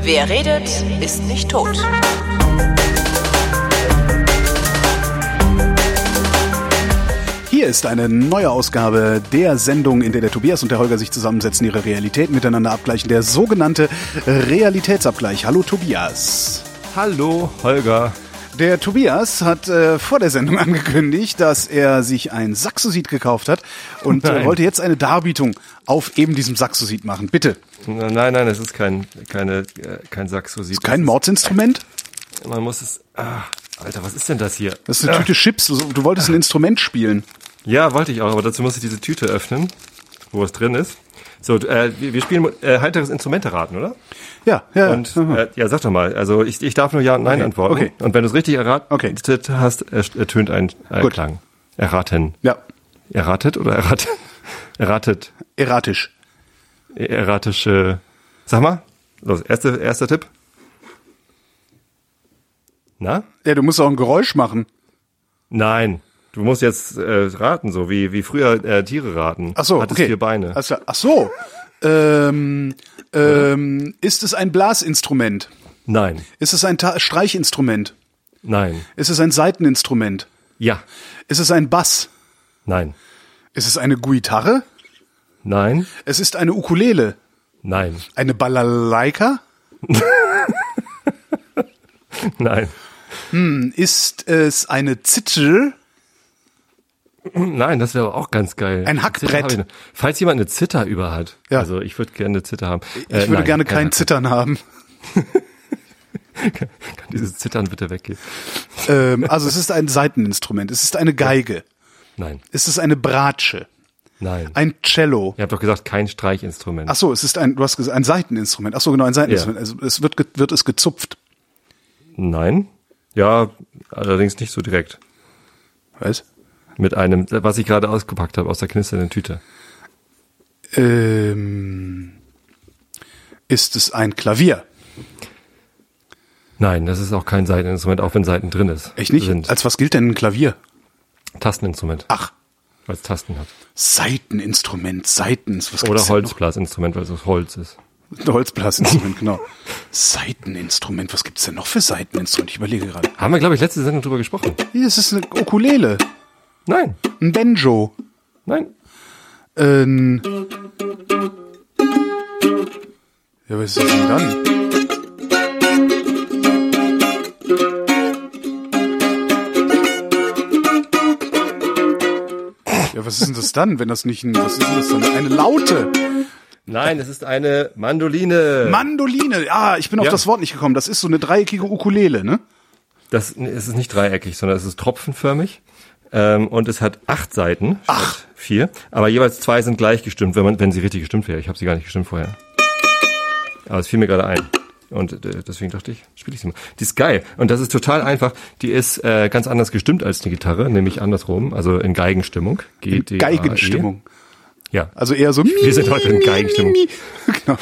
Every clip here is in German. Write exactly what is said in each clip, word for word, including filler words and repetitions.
Wer redet, ist nicht tot. Hier ist eine neue Ausgabe der Sendung, in der der Tobias und der Holger sich zusammensetzen, ihre Realität miteinander abgleichen. Der sogenannte Realitätsabgleich. Hallo Tobias. Hallo Holger. Der Tobias hat äh, vor der Sendung angekündigt, dass er sich ein Saxosid gekauft hat und äh, wollte jetzt eine Darbietung auf eben diesem Saxosid machen. Bitte. Nein, nein, es ist kein keine äh, kein Saxosid. Ist kein Mordsinstrument? Man muss es. Ah, Alter, was ist denn das hier? Das ist eine Tüte Chips. Du wolltest ein Instrument spielen. Ja, wollte ich auch, aber dazu muss ich diese Tüte öffnen, wo es drin ist. So, äh, wir spielen äh, heiteres Instrumente-Raten, oder? Ja, ja. Und äh, ja, sag doch mal. Also ich, ich darf nur Ja und Nein okay. antworten. Okay. Und wenn du es richtig erratet okay. hast, ertönt ein, ein Gut. Klang. Erraten. Ja. Erratet oder erratet? Erratet. Erratisch. Erratische. Sag mal. Los, erste, erster Tipp. Na? Ja, du musst auch ein Geräusch machen. Nein. Du musst jetzt äh, raten, so wie wie früher äh, Tiere raten. Ach so, Hat okay. es vier Beine. Ach so. Ach so. Ähm, ähm, ist es ein Blasinstrument? Nein. Ist es ein Ta- Streichinstrument? Nein. Ist es ein Saiteninstrument? Ja. Ist es ein Bass? Nein. Ist es eine Guitarre? Nein. Es ist eine Ukulele? Nein. Eine Balalaika? Nein. Hm, ist es eine Zither? Nein, das wäre auch ganz geil. Ein Hackbrett. Zither hab ich- Falls jemand eine Zither über hat. Ja. Also ich würde gerne eine Zither haben. Ich Äh, würde nein, gerne kein Hackbrett. Zittern haben. Kann dieses Zittern bitte weggehen? Ähm, also es ist ein Saiteninstrument. Es ist eine Geige. Nein. Es ist eine Bratsche. Nein. Ein Cello. Ihr habt doch gesagt, kein Streichinstrument. Ach so, es ist ein, du hast gesagt, ein Saiteninstrument. Ach so, genau, ein Saiteninstrument. Ja. Also es wird, ge- wird es gezupft. Nein. Ja, allerdings nicht so direkt. Was? Mit einem, was ich gerade ausgepackt habe aus der knisternden Tüte. Ähm, ist es ein Klavier? Nein, das ist auch kein Saiteninstrument, auch wenn Saiten drin ist. Echt nicht? Sind. Als was gilt denn ein Klavier? Tasteninstrument. Ach, Weil es Tasten hat. Saiteninstrument, Saitens. Was Oder gibt's denn noch? Holzblasinstrument, weil es aus Holz ist. Holzblasinstrument, genau. Saiteninstrument, was gibt's denn noch für Saiteninstrumente? Ich überlege gerade. Haben wir, glaube ich, letzte Sendung drüber gesprochen. Hier, es ist eine Ukulele, Nein. ein Banjo, Nein. ein... Ja, was ist das denn dann? Ja, was ist denn das dann, wenn das nicht ein... Was ist denn das dann? Eine Laute. Nein, es ist eine Mandoline. Mandoline. Ah, ich bin auf Ja. das Wort nicht gekommen. Das ist so eine dreieckige Ukulele, ne? Das es ist nicht dreieckig, sondern es ist tropfenförmig. Ähm, und es hat acht Seiten Ach. statt vier. Aber jeweils zwei sind gleich gestimmt, wenn man, wenn sie richtig gestimmt wäre. Ich habe sie gar nicht gestimmt vorher. Aber es fiel mir gerade ein. Und äh, deswegen dachte ich, spiele ich sie mal. Die ist geil. Und das ist total einfach. Die ist äh, ganz anders gestimmt als die Gitarre, nämlich andersrum, also in Geigenstimmung. G D A E. Geigenstimmung. Ja. Also eher so... Wir sind heute in Geigenstimmung. Genau.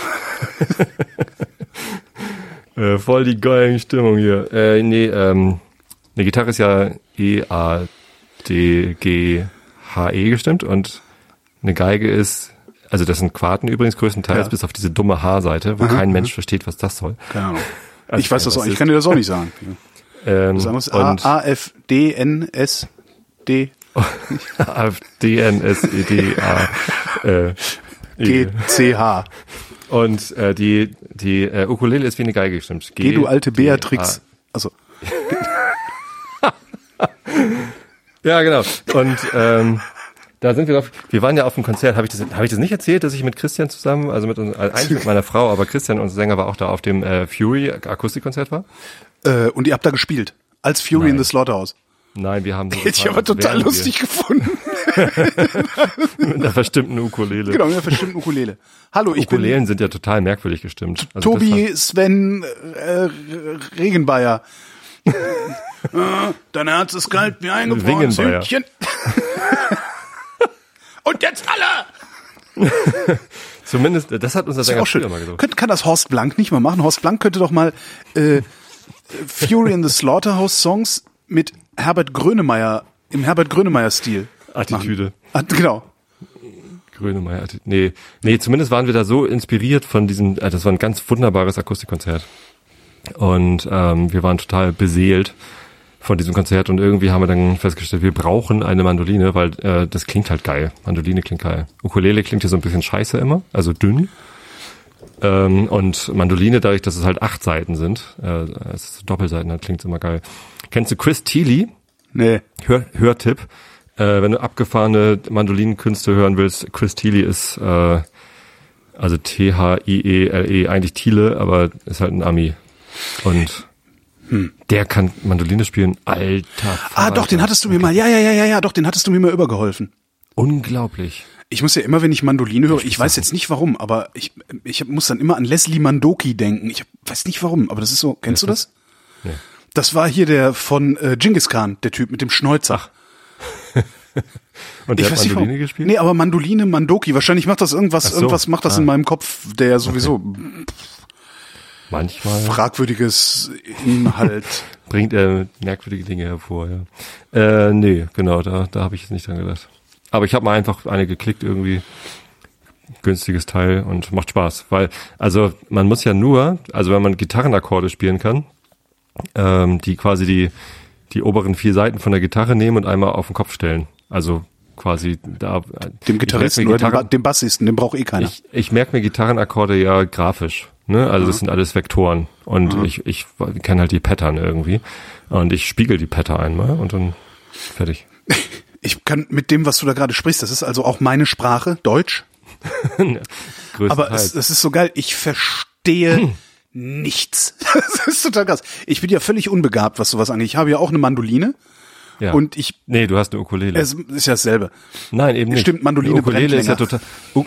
Äh, voll die geilen Stimmung hier. Äh, nee, ähm, eine Gitarre ist ja E, A, D, G, H, E gestimmt und eine Geige ist, also das sind Quarten übrigens größtenteils, Ja. bis auf diese dumme H-Seite, wo Aha, kein aha. Mensch versteht, was das soll. Keine Ahnung. Also Ich weiß das was auch, ich ist. kann dir das auch nicht sagen. Ähm, Das andere ist A, und A, F, D, N, S, D, A, F, D, N, S, E, D, A, äh, G, E. C, H. Und äh, die die äh, Ukulele ist wie eine Geige gestimmt. G, Geh, du alte D, Beatrix. Also, Ja, genau. Und ähm, da sind wir drauf. Wir waren ja auf dem Konzert. Habe ich das, habe ich das nicht erzählt, dass ich mit Christian zusammen, also mit uns, also eigentlich mit meiner Frau, aber Christian, unser Sänger, war auch da auf dem äh, Fury Akustikkonzert war? äh, und ihr habt da gespielt. Als Fury Nein. in the Slaughterhouse. Nein, wir haben so Hätte ich getan, aber als total wären lustig gefunden. wir mit einer verstimmten Ukulele. Genau, mit einer verstimmten Ukulele. Hallo, ich Ukulelen sind ja total merkwürdig gestimmt. bin Also Tobi Sven äh, Regenbayer. Äh, Dein Herz ist kalt wie ein gefrorenes Wingenbayer. Hündchen. Und jetzt alle! Das, zumindest, das hat unser Das ist Sänger auch schön. früher mal gesagt. Könnt, kann das Horst Blank nicht mal machen? Horst Blank könnte doch mal äh, Fury in the Slaughterhouse Songs mit Herbert Grönemeyer, im Herbert Grönemeyer-Stil. Attitüde. Ah, genau. Grönemeyer, nee, nee, zumindest waren wir da so inspiriert von diesem, äh, das war ein ganz wunderbares Akustikkonzert. Und ähm, wir waren total beseelt von diesem Konzert und irgendwie haben wir dann festgestellt, wir brauchen eine Mandoline, weil äh, das klingt halt geil. Mandoline klingt geil. Ukulele klingt ja so ein bisschen scheiße immer, also dünn. Ähm, und Mandoline, dadurch, dass es halt acht Seiten sind, äh, es ist Doppelseiten, dann klingt es immer geil. Kennst du Chris Thile? Nee. Hör, Hörtipp. Äh, wenn du abgefahrene Mandolinenkünste hören willst, Chris Thile ist, äh, also T H I E L E, eigentlich Thiele, aber ist halt ein Ami. Und hm. der kann Mandoline spielen, alter Vater. Ah, doch, den hattest du mir mal, ja, ja, ja, ja, ja, doch, den hattest du mir mal übergeholfen. Unglaublich. Ich muss ja immer, wenn ich Mandoline höre, ich weiß jetzt nicht warum, aber ich, ich muss dann immer an Leslie Mandoki denken. Ich weiß nicht warum, aber das ist so, kennst du das? Nee. Das war hier der von äh, Genghis Khan, der Typ mit dem Schnäuzer. Ach. Und der ich hat weiß Mandoline nicht, gespielt? Nee, aber Mandoline, Mandoki, wahrscheinlich macht das irgendwas, so. irgendwas macht das ah. in meinem Kopf, der sowieso okay. manchmal fragwürdiges Inhalt bringt er merkwürdige Dinge hervor, ja. Äh, nee, genau, da, da habe ich jetzt nicht dran gedacht. Aber ich habe mal einfach eine geklickt, irgendwie günstiges Teil und macht Spaß, weil, also man muss ja nur, also wenn man Gitarrenakkorde spielen kann, ähm, die quasi die die oberen vier Seiten von der Gitarre nehmen und einmal auf den Kopf stellen. Also quasi da. Dem Gitarristen oder Gitarren, dem, dem Bassisten, den braucht eh keiner. Ich, ich merke mir Gitarrenakkorde ja grafisch, ne? Also ja. Das sind alles Vektoren und ja. ich ich kenne halt die Pattern irgendwie und ich spiegel die Pattern einmal und dann fertig. Ich kann mit dem, was du da gerade sprichst, das ist also auch meine Sprache, Deutsch. Aber es, es ist so geil, ich verstehe nichts. Das ist total krass. Ich bin ja völlig unbegabt, was sowas angeht. Ich habe ja auch eine Mandoline. Ja. Und ich. Nee, du hast eine Ukulele. Es ist ja dasselbe. Nein, eben nicht. Stimmt, Mandoline Ukulele brennt ist ja total. U-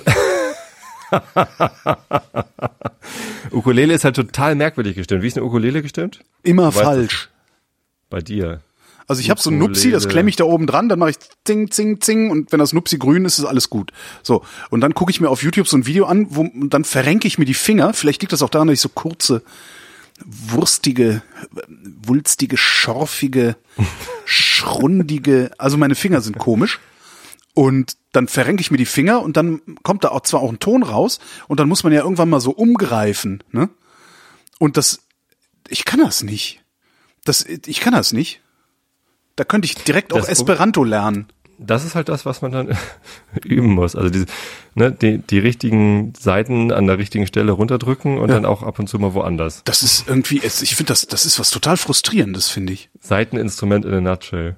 Ukulele ist halt total merkwürdig gestimmt. Wie ist eine Ukulele gestimmt? Immer falsch. Bei dir. Also ich habe so ein Nupsi, das klemme ich da oben dran, dann mache ich zing, zing, zing und wenn das Nupsi grün ist, ist alles gut. So, und dann gucke ich mir auf YouTube so ein Video an, wo und dann verrenke ich mir die Finger. Vielleicht liegt das auch daran, dass ich so kurze, wurstige, wulstige, schorfige, schrundige, also meine Finger sind komisch. Und dann verrenke ich mir die Finger und dann kommt da auch zwar auch ein Ton raus und dann muss man ja irgendwann mal so umgreifen, ne? Und das, ich kann das nicht. Das, ich kann das nicht. Da könnte ich direkt auch das Esperanto lernen. Das ist halt das, was man dann üben muss. Also diese, ne, die, die richtigen Seiten an der richtigen Stelle runterdrücken und ja. dann auch ab und zu mal woanders. Das ist irgendwie, ich finde das, das ist was total Frustrierendes, finde ich. Seiteninstrument in a nutshell.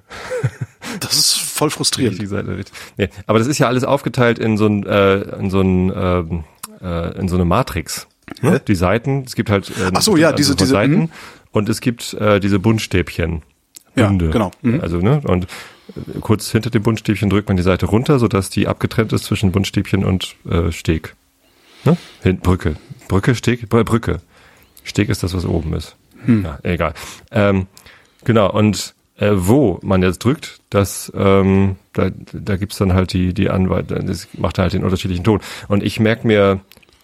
Das ist voll frustrierend. Die Seite, richtig. Nee, aber das ist ja alles aufgeteilt in so ein, äh, in so ein, ähm, äh, in so eine Matrix. Ne? Die Seiten, es gibt halt äh, Ach so, ja, diese, diese Seiten mh. und es gibt äh, diese Buntstäbchen. Bunde. Ja, genau. Mhm. Also, ne, und äh, kurz hinter dem Buntstäbchen drückt man die Seite runter, sodass die abgetrennt ist zwischen Buntstäbchen und äh, Steg. Ne? Hin, Brücke. Brücke, Steg, Brücke. Steg ist das, was oben ist. Hm. Ja, egal. Ähm, genau, und äh, wo man jetzt drückt, das, ähm, da, da gibt's dann halt die, die Anweisung, das macht halt den unterschiedlichen Ton. Und ich merke mir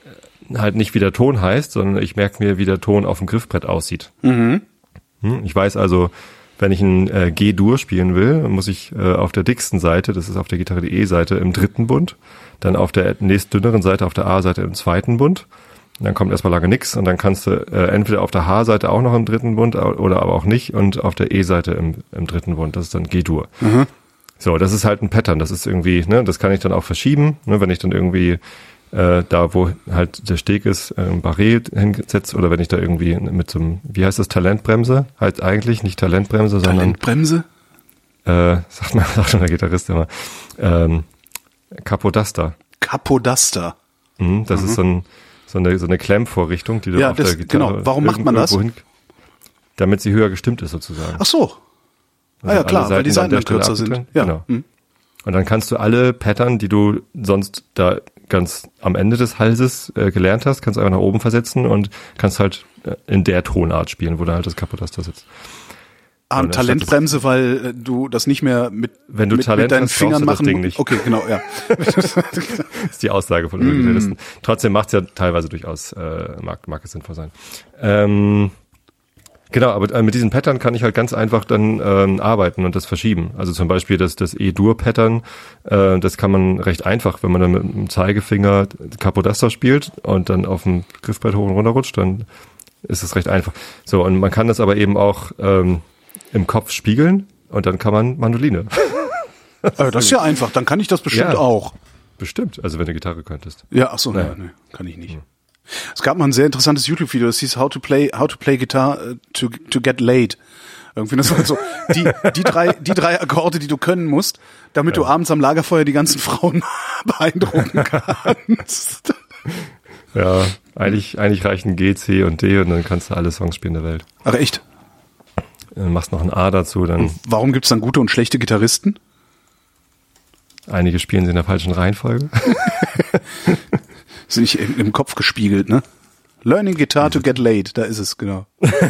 halt nicht, wie der Ton heißt, sondern ich merke mir, wie der Ton auf dem Griffbrett aussieht. Mhm. Hm? Ich weiß also, wenn ich ein äh, G-Dur spielen will, muss ich äh, auf der dicksten Seite, das ist auf der Gitarre die E-Seite, im dritten Bund, dann auf der nächst dünneren Seite, auf der A-Seite im zweiten Bund. Und dann kommt erstmal lange nix und dann kannst du äh, entweder auf der H-Seite auch noch im dritten Bund oder aber auch nicht und auf der E-Seite im, im dritten Bund. Das ist dann G-Dur. Mhm. So, das ist halt ein Pattern. Das ist irgendwie, ne, das kann ich dann auch verschieben, ne, wenn ich dann irgendwie äh, da, wo halt der Steg ist, äh, ein Barré hinsetzt oder wenn ich da irgendwie mit so einem, wie heißt das, Talentbremse? Halt eigentlich nicht Talentbremse, sondern Talentbremse? Äh, sagt man, sagt schon der Gitarrist immer. Ähm, Capodaster. Capodaster. Mhm, das mhm. ist so, ein, so eine so eine Klemmvorrichtung, die du ja, auf das, der Gitarre. Genau. Warum macht man das? Hin, damit sie höher gestimmt ist sozusagen. Ach so. Also ah ja, klar, weil die Seiten dann kürzer sind. Ja. Genau. Mhm. Und dann kannst du alle Pattern, die du sonst da ganz am Ende des Halses äh, gelernt hast, kannst du einfach nach oben versetzen und kannst halt äh, in der Tonart spielen, wo da halt das Capodaster sitzt. Ah, und Talentbremse, weil äh, du das nicht mehr mit, wenn du mit, Talent mit deinen hast, Fingern brauchst du machen das Ding nicht. Okay, genau, ja. Das ist die Aussage von den Gitarristen. Mm. Trotzdem macht es ja teilweise durchaus, äh, mag, mag es sinnvoll sein. Ähm, Genau, aber äh, mit diesen Pattern kann ich halt ganz einfach dann ähm, arbeiten und das verschieben. Also zum Beispiel das, das E-Dur-Pattern, äh, das kann man recht einfach, wenn man dann mit dem Zeigefinger Capodaster spielt und dann auf dem Griffbrett hoch und runter rutscht, dann ist es recht einfach. So, und man kann das aber eben auch ähm, im Kopf spiegeln und dann kann man Mandoline. Aber das ist ja einfach, dann kann ich das bestimmt Ja. auch. Bestimmt, also wenn du Gitarre könntest. Ja, ach so, Naja. nee, nee, kann ich nicht. Es gab mal ein sehr interessantes YouTube-Video, das hieß How to Play, How to Play Guitar uh, to, to Get Laid. Irgendwie, das war so, die, die drei, die drei Akkorde, die du können musst, damit ja. du abends am Lagerfeuer die ganzen Frauen beeindrucken kannst. Ja, eigentlich, eigentlich reichen G, C und D und dann kannst du alle Songs spielen der Welt. Ach echt? Dann machst noch ein A dazu, dann. Und warum gibt's dann gute und schlechte Gitarristen? Einige spielen sie in der falschen Reihenfolge. Sind nicht im, im Kopf gespiegelt, ne? Learning Guitar to Get Laid, da ist es, genau.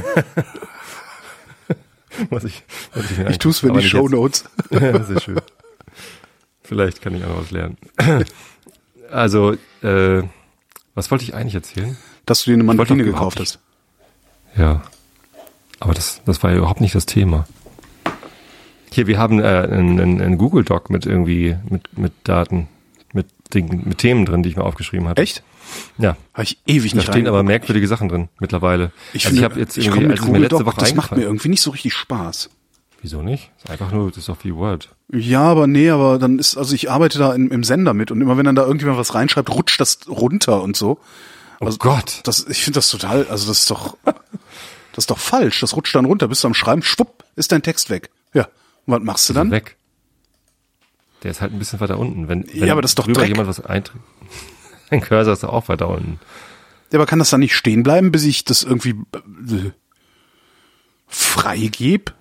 was ich, was ich, ich tue es für die Shownotes. Ja, das ist schön. Vielleicht kann ich auch noch was lernen. Also, äh, was wollte ich eigentlich erzählen? Dass du dir eine Mandoline gekauft hast. Ja, aber das, das war ja überhaupt nicht das Thema. Hier, wir haben äh, einen, einen Google Doc mit irgendwie, mit, mit Daten, mit Dingen, mit Themen drin, die ich mir aufgeschrieben hatte. Echt? Ja. Habe ich ewig nicht Da stehen aber merkwürdige Sachen drin, mittlerweile. Ich also finde, ich habe jetzt ich irgendwie, komme mit als mir Google letzte Doc, Woche das macht mir eingefallen. irgendwie nicht so richtig Spaß. Wieso nicht? Ist einfach nur, das ist doch wie Word. Ja, aber nee, aber dann ist, also ich arbeite da im, im Sender mit und immer wenn dann da irgendjemand was reinschreibt, rutscht das runter und so. Also, oh Gott. Das, ich finde das total, also das ist doch, das ist doch falsch. Das rutscht dann runter, bist du am Schreiben, schwupp, ist dein Text weg. Ja. Und was machst du dann? Weg. Der ist halt ein bisschen weiter unten. Wenn, wenn ja, aber das ist doch drüber Dreck. jemand was einträgt. Ein Cursor ist auch weiter unten. Ja, aber kann das dann nicht stehen bleiben, bis ich das irgendwie äh, freigebe?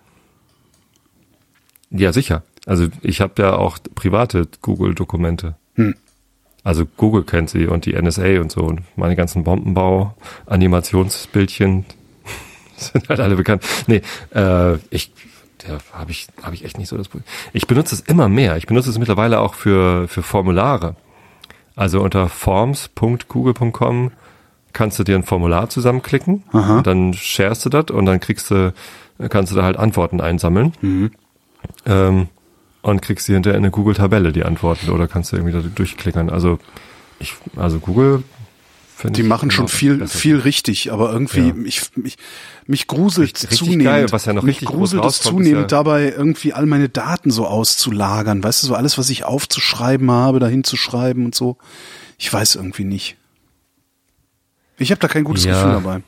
Ja, sicher. Also ich habe ja auch private Google-Dokumente. Hm. Also Google kennt sie und die N S A und so. Und meine ganzen Bombenbau-Animationsbildchen sind halt alle bekannt. Nee, äh, ich da habe ich habe ich echt nicht so das Problem. Ich benutze es immer mehr. Ich benutze es mittlerweile auch für für Formulare. Also unter forms punkt google punkt com kannst du dir ein Formular zusammenklicken. Aha. Und dann sharest du das und dann kriegst du kannst du da halt Antworten einsammeln. Mhm. Ähm, und kriegst dir hinterher in eine Google-Tabelle die Antworten oder kannst du irgendwie da durchklickern. Also ich, also Google Die machen schon viel, viel richtig, aber irgendwie, Ja. ich, mich, mich gruselt Richtig zunehmend, geil, was ja noch mich richtig groß gruselt es rauskommt, ist zunehmend ja- dabei, irgendwie all meine Daten so auszulagern. Weißt du, so alles, was ich aufzuschreiben habe, dahin zu schreiben und so. Ich weiß irgendwie nicht. Ich habe da kein gutes Ja. Gefühl dabei.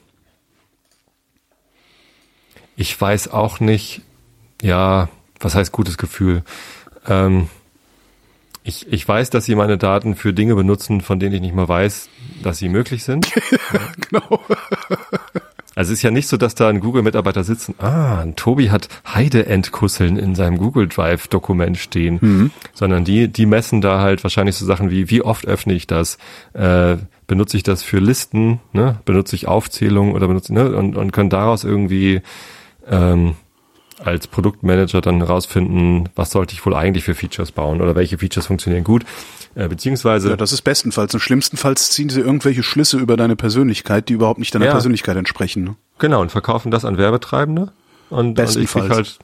Ich weiß auch nicht, ja, was heißt gutes Gefühl? Ähm, ich, ich weiß, dass sie meine Daten für Dinge benutzen, von denen ich nicht mal weiß, dass sie möglich sind. Genau. Also es ist ja nicht so, dass da ein Google-Mitarbeiter sitzen, ah, ein Tobi hat Heideentkusseln in seinem Google Drive-Dokument stehen, Mhm. sondern die, die messen da halt wahrscheinlich so Sachen wie, wie oft öffne ich das, äh, benutze ich das für Listen, ne, benutze ich Aufzählungen oder benutze, ne, und, und können daraus irgendwie ähm, als Produktmanager dann herausfinden, was sollte ich wohl eigentlich für Features bauen oder welche Features funktionieren gut, äh, beziehungsweise Ja, das ist bestenfalls. Und schlimmstenfalls ziehen sie irgendwelche Schlüsse über deine Persönlichkeit, die überhaupt nicht deiner Ja. Persönlichkeit entsprechen. Ne? genau, und verkaufen das an Werbetreibende und, und ich Bestenfalls. krieg halt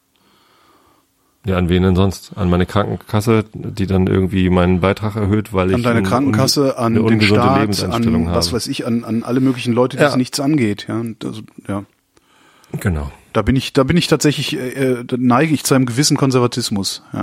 ja, an wen denn sonst? An meine Krankenkasse, die dann irgendwie meinen Beitrag erhöht, weil ich An deine ein Krankenkasse, unge- an eine den ungesunde Staat, Lebenseinstellung an was habe. weiß ich, an, an alle möglichen Leute, die Ja. es nichts angeht. Ja, und also, ja. Genau. Da bin ich, da bin ich tatsächlich, äh, da neige ich zu einem gewissen Konservatismus. Ja.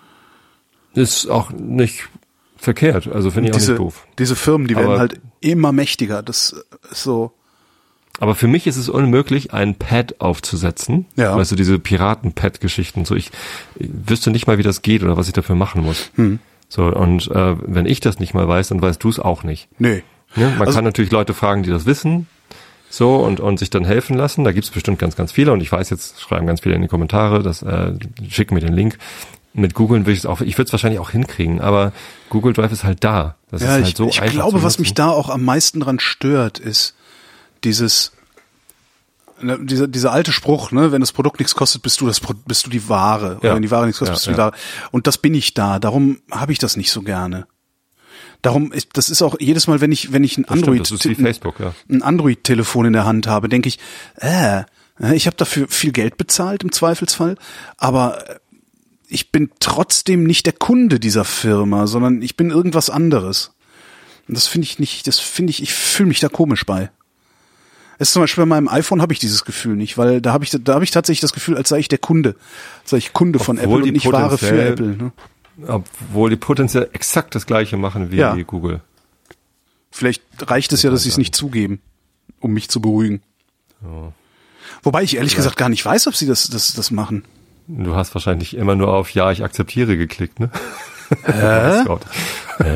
Ist auch nicht verkehrt, also finde ich auch Diese, nicht doof. diese Firmen, die werden Aber- halt immer mächtiger. Das ist so. Aber für mich ist es unmöglich, ein Pad aufzusetzen. Ja. Weißt du, diese Piraten-Pad-Geschichten. So, ich, ich wüsste nicht mal, wie das geht oder was ich dafür machen muss. Hm. So, und äh, wenn ich das nicht mal weiß, dann weißt du es auch nicht. Nee. Ne? Man Also- kann natürlich Leute fragen, die das wissen, so und und sich dann helfen lassen. Da gibt's bestimmt ganz, ganz viele. Und ich weiß jetzt, schreiben ganz viele in die Kommentare, das äh, schicken mir den Link. Mit Googlen würde ich es auch, ich würde es wahrscheinlich auch hinkriegen, aber Google Drive ist halt da. Das Ja, ist halt ich, so ich einfach glaube, zu was nutzen. mich da auch am meisten dran stört, ist dieses, ne, dieser, dieser alte Spruch, ne, wenn das Produkt nichts kostet, bist du das, Pro- bist du die Ware. Oder Ja. wenn die Ware nichts kostet, Ja, bist du die ja. Ware. Und das bin ich da. Darum habe ich das nicht so gerne. Darum, ist, das ist auch jedes Mal, wenn ich, wenn ich ein Das stimmt, Android, das ist wie Facebook, ja. ein Android-Telefon in der Hand habe, denke ich, äh, Ich habe dafür viel Geld bezahlt im Zweifelsfall, aber ich bin trotzdem nicht der Kunde dieser Firma, sondern ich bin irgendwas anderes. Und das finde ich nicht, das finde ich, ich fühle mich da komisch bei. Es ist zum Beispiel bei meinem iPhone habe ich dieses Gefühl nicht, weil da habe ich, da habe ich tatsächlich das Gefühl, als sei ich der Kunde, als sei ich Kunde von Obwohl Apple und nicht Ware für Apple. Ne? Obwohl die potenziell exakt das Gleiche machen wie Ja. Google. Vielleicht reicht es ja, dass sie es nicht zugeben, um mich zu beruhigen. Ja. Wobei ich ehrlich gesagt gar nicht weiß, ob sie das, das, das machen. Du hast wahrscheinlich immer nur auf Ja, ich akzeptiere geklickt, ne? Hä? Hä?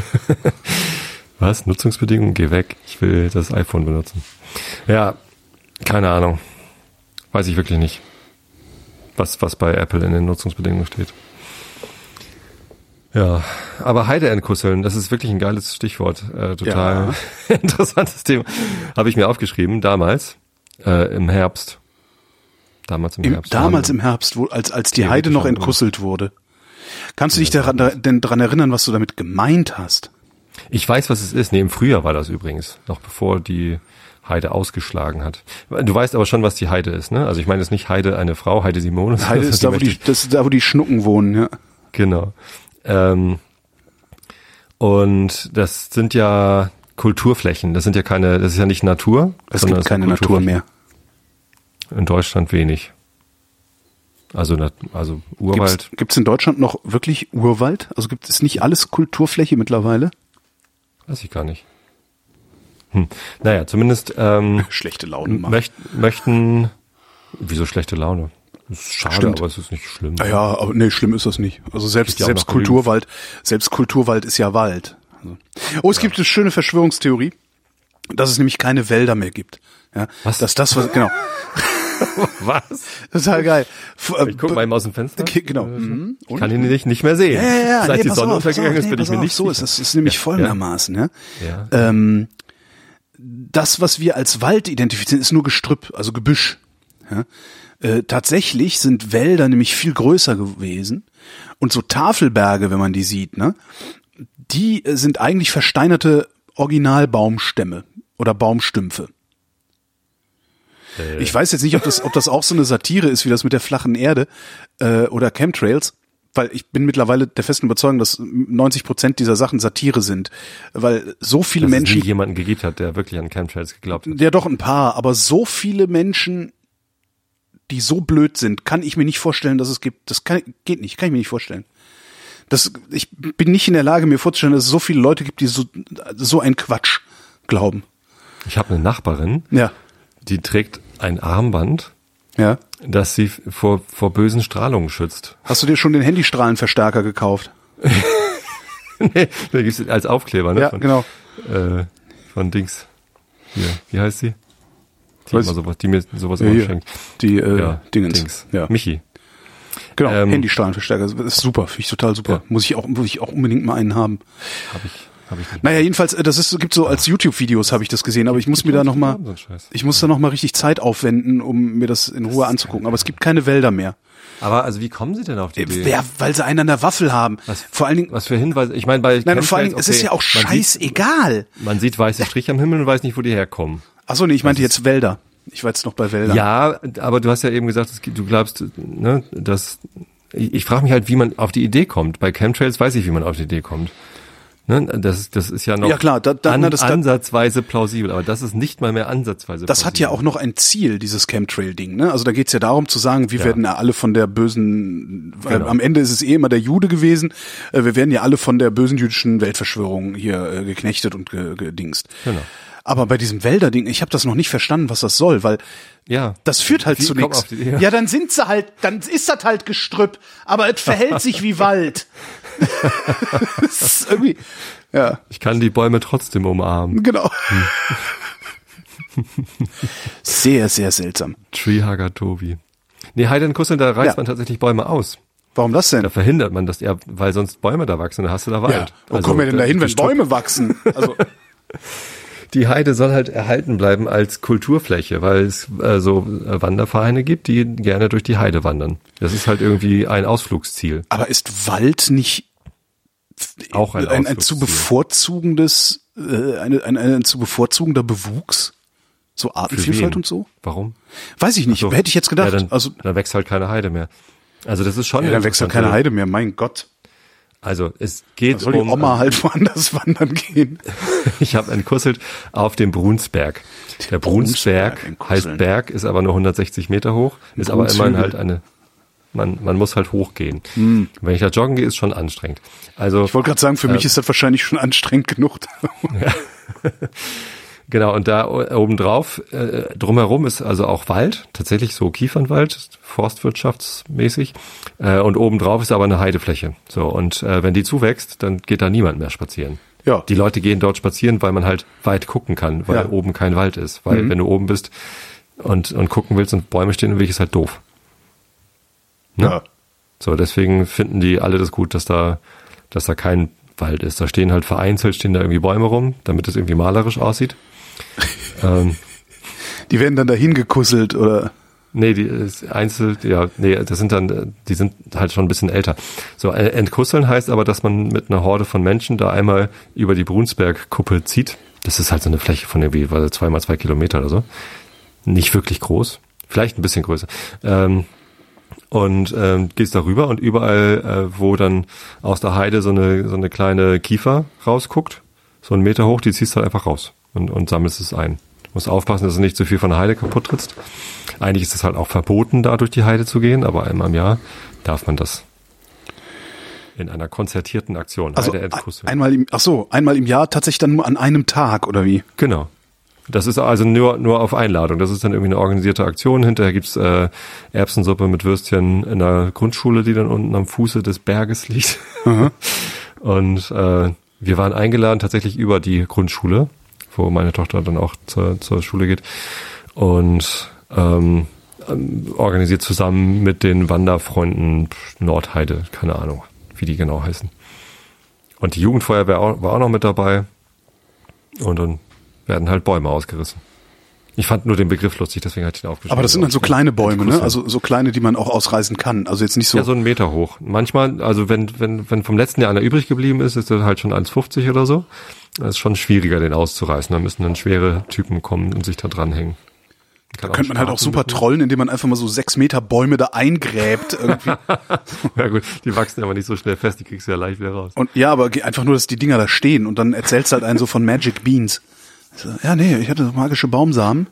Was? Nutzungsbedingungen? Geh weg. Ich will das iPhone benutzen. Ja, keine Ahnung. Weiß ich wirklich nicht, was, was bei Apple in den Nutzungsbedingungen steht. Ja, aber Heide entkusseln, das ist wirklich ein geiles Stichwort. Äh, total ja. Interessantes Thema. Habe ich mir aufgeschrieben, damals, äh, im Herbst. Damals im, Im, Herbst. damals im Herbst, wo, als, als die Heide noch entkusselt wurde. Kannst du dich daran, da, denn daran erinnern, was du damit gemeint hast? Ich weiß, was es ist. Nee, im Frühjahr war das übrigens, noch bevor die Heide ausgeschlagen hat. Du weißt aber schon, was die Heide ist, ne? Also ich meine, es ist nicht Heide eine Frau, Heide Simone. Heide ist da, wo die, das ist da, wo die Schnucken wohnen, ja. Genau. Ähm, und das sind ja Kulturflächen. Das sind ja keine, das ist ja nicht Natur. Es gibt keine Natur mehr. In Deutschland wenig. Also, also Urwald. Gibt es in Deutschland noch wirklich Urwald? Also gibt es nicht alles Kulturfläche mittlerweile? Weiß ich gar nicht. Hm. Naja, zumindest ähm, schlechte Laune machen. Möcht, möchten. Wieso schlechte Laune? Das ist schade, Stimmt. aber es ist nicht schlimm. Ja, ja, aber nee, schlimm ist das nicht. Also selbst selbst Kulturwald, selbst Kulturwald ist ja Wald. Also. Oh, es ja. gibt eine schöne Verschwörungstheorie, dass es nämlich keine Wälder mehr gibt. Ja, was? Dass das was genau. Was? Total geil. Ich guck mal eben aus dem Fenster. Okay, genau. Mhm. Ich kann ihn nicht, nicht mehr sehen. Ja, ja, ja. Seit nee, die Sonne auf, untergegangen auf, ist, bin nee, ich mir auf, nicht so sicher. ist es. ist nämlich ja, folgendermaßen. Ja. Ja. Ähm, das, was wir als Wald identifizieren, ist nur Gestrüpp, also Gebüsch. Ja. Äh, tatsächlich sind Wälder nämlich viel größer gewesen und so Tafelberge, wenn man die sieht, ne, die sind eigentlich versteinerte Originalbaumstämme oder Baumstümpfe. Ich weiß jetzt nicht, ob das, ob das auch so eine Satire ist, wie das mit der flachen Erde äh, oder Chemtrails, weil ich bin mittlerweile der festen Überzeugung, dass neunzig Prozent dieser Sachen Satire sind, weil so viele dass Menschen... es nie jemanden gegeben hat, der wirklich an Chemtrails geglaubt hat. Ja, doch ein paar, aber so viele Menschen, die so blöd sind, kann ich mir nicht vorstellen, dass es gibt. Das kann, geht nicht, kann ich mir nicht vorstellen. Das, ich bin nicht in der Lage, mir vorzustellen, dass es so viele Leute gibt, die so, so ein Quatsch glauben. Ich habe eine Nachbarin, ja. die trägt ein Armband, ja. das sie vor, vor bösen Strahlungen schützt. Hast du dir schon den Handystrahlenverstärker gekauft? Nee, da gibt's als Aufkleber, ne? Ja, von, genau. Äh, von Dings. Hier, wie heißt sie? Die, Was? immer sowas, die mir sowas Ja, immer hier. schenkt. Die äh, Ja, Dingens. Dings. Ja. Michi. Genau, Ähm, Handystrahlenverstärker. Das ist super, finde ich total super. Ja. Muss ich auch, muss ich auch unbedingt mal einen haben. Hab ich, hab ich nicht. Naja, jedenfalls, äh, das ist, gibt so als YouTube-Videos habe ich das gesehen, aber ich muss mir da noch mal, ich muss da noch mal richtig Zeit aufwenden, um mir das in Ruhe anzugucken. Aber es gibt keine Wälder mehr. Aber also wie kommen Sie denn auf die Idee? Ja, weil sie einen an der Waffel haben. Was, vor allen Dingen, was für Hinweise? Ich meine, bei nein, und vor allen Dingen, okay, es ist ja auch man scheißegal. Sieht, man sieht weiße Striche am Himmel und weiß nicht, wo die herkommen. Ach so, nee, ich meinte jetzt Wälder. Ich war jetzt noch bei Wäldern. Ja, aber du hast ja eben gesagt, du glaubst, ne, dass ich, ich frage mich halt, wie man auf die Idee kommt. Bei Chemtrails weiß ich, wie man auf die Idee kommt. Ne, das, das ist ja noch ja, klar, da, da, an, na, das, ansatzweise plausibel, aber das ist nicht mal mehr ansatzweise das plausibel. hat ja auch noch ein Ziel, dieses Chemtrail-Ding. Ne? Also da geht's ja darum zu sagen, wir Ja. werden ja alle von der bösen, weil Genau. am Ende ist es eh immer der Jude gewesen, äh, wir werden ja alle von der bösen jüdischen Weltverschwörung hier äh, geknechtet und ge, gedingst. Genau. Aber bei diesem Wälder-Ding, ich habe das noch nicht verstanden, was das soll, weil Ja. das führt halt Wie zu kommt nichts. auf die Idee? Ja, dann sind sie halt, dann ist das halt Gestrüpp, aber es verhält sich wie Wald. Das ist irgendwie, ja, Ich kann die Bäume trotzdem umarmen. genau. Sehr, sehr seltsam. Treehugger Tobi. Nee, Heidenkusseln, da reißt Ja. man tatsächlich Bäume aus. Warum das denn? Da verhindert man das, ja, weil sonst Bäume da wachsen, dann hast du da Wald. Ja, wo Also, kommen wir denn da hin, wenn Gestrüpp. Bäume wachsen? Also, Die Heide soll halt erhalten bleiben als Kulturfläche, weil es äh, so äh, Wandervereine gibt, die gerne durch die Heide wandern. Das ist halt irgendwie ein Ausflugsziel. aber ist Wald nicht Auch ein, ein, ein Ausflugsziel. zu bevorzugendes, äh, eine, ein, ein zu bevorzugender Bewuchs? So Artenvielfalt und so? Warum? Weiß ich nicht, So. hätte ich jetzt gedacht. Ja, dann, also, dann wächst halt keine Heide mehr. Also das ist schon... ja, dann wächst halt keine Heide mehr, mein Gott. Also es geht Da soll die um... Oma halt woanders wandern gehen. Ich habe entkusselt auf dem Brunsberg. Der Brunsberg, Brunsberg heißt Berg, ist aber nur hundertsechzig Meter hoch, ist aber immerhin halt eine... Man, man muss halt hochgehen. Hm. Wenn ich da joggen gehe, ist schon anstrengend. Also Ich wollte gerade sagen, für äh, mich ist das wahrscheinlich schon anstrengend genug. Ja. Genau, und da obendrauf, äh, drumherum ist also auch Wald, tatsächlich so Kiefernwald, forstwirtschaftsmäßig, äh, und obendrauf ist aber eine Heidefläche. So, und äh, wenn die zuwächst, dann geht da niemand mehr spazieren. Ja. Die Leute gehen dort spazieren, weil man halt weit gucken kann, weil Ja. oben kein Wald ist. Weil Mhm. wenn du oben bist und, und gucken willst und Bäume stehen, dann ist halt doof. Ne? Ja. So, deswegen finden die alle das gut, dass da, dass da kein Wald ist. Da stehen halt vereinzelt, stehen da irgendwie Bäume rum, damit es irgendwie malerisch aussieht. ähm, Die werden dann dahin gekusselt, oder? nee, die ist einzeln, ja, nee, das sind dann, die sind halt schon ein bisschen älter. So, äh, entkusseln heißt aber, dass man mit einer Horde von Menschen da einmal über die Brunsbergkuppe zieht. Das ist halt so eine Fläche von irgendwie, weil zwei mal zwei Kilometer oder so. Nicht wirklich groß. Vielleicht ein bisschen größer. Ähm, und ähm, gehst da rüber und überall, äh, wo dann aus der Heide so eine so eine kleine Kiefer rausguckt, so einen Meter hoch, die ziehst du halt einfach raus und, und sammelst es ein. Du musst aufpassen, dass du nicht zu viel von der Heide kaputt trittst. Eigentlich ist es halt auch verboten, da durch die Heide zu gehen, aber einmal im Jahr darf man das in einer konzertierten Aktion. Also Heide entkusseln. einmal im, ach so, einmal im Jahr tatsächlich dann nur an einem Tag, oder wie? Genau. Das ist also nur nur auf Einladung. Das ist dann irgendwie eine organisierte Aktion. Hinterher gibt's äh, Erbsensuppe mit Würstchen in der Grundschule, die dann unten am Fuße des Berges liegt. Mhm. Und äh, wir waren eingeladen tatsächlich über die Grundschule, wo meine Tochter dann auch zur, zur Schule geht. Und ähm, organisiert zusammen mit den Wanderfreunden Nordheide, keine Ahnung, wie die genau heißen. Und die Jugendfeuerwehr auch, war auch noch mit dabei. Und dann werden halt Bäume ausgerissen. Ich fand nur den Begriff lustig, deswegen hatte ich ihn aufgeschrieben. Aber das sind dann so kleine Bäume, ne? Also so kleine, die man auch ausreißen kann. Also jetzt nicht so. Ja, so einen Meter hoch. Manchmal, also wenn wenn wenn vom letzten Jahr einer übrig geblieben ist, ist das halt schon eins fünfzig oder so. Das ist schon schwieriger, den auszureißen. Da müssen dann schwere Typen kommen und sich da dranhängen. Da könnte man halt auch super trollen, indem man einfach mal so sechs Meter Bäume da eingräbt irgendwie. Ja gut, die wachsen aber nicht so schnell fest, die kriegst du ja leicht wieder raus. Und ja, aber einfach nur, dass die Dinger da stehen und dann erzählst du halt einen so von Magic Beans. So, ja, nee, ich hatte so magische Baumsamen.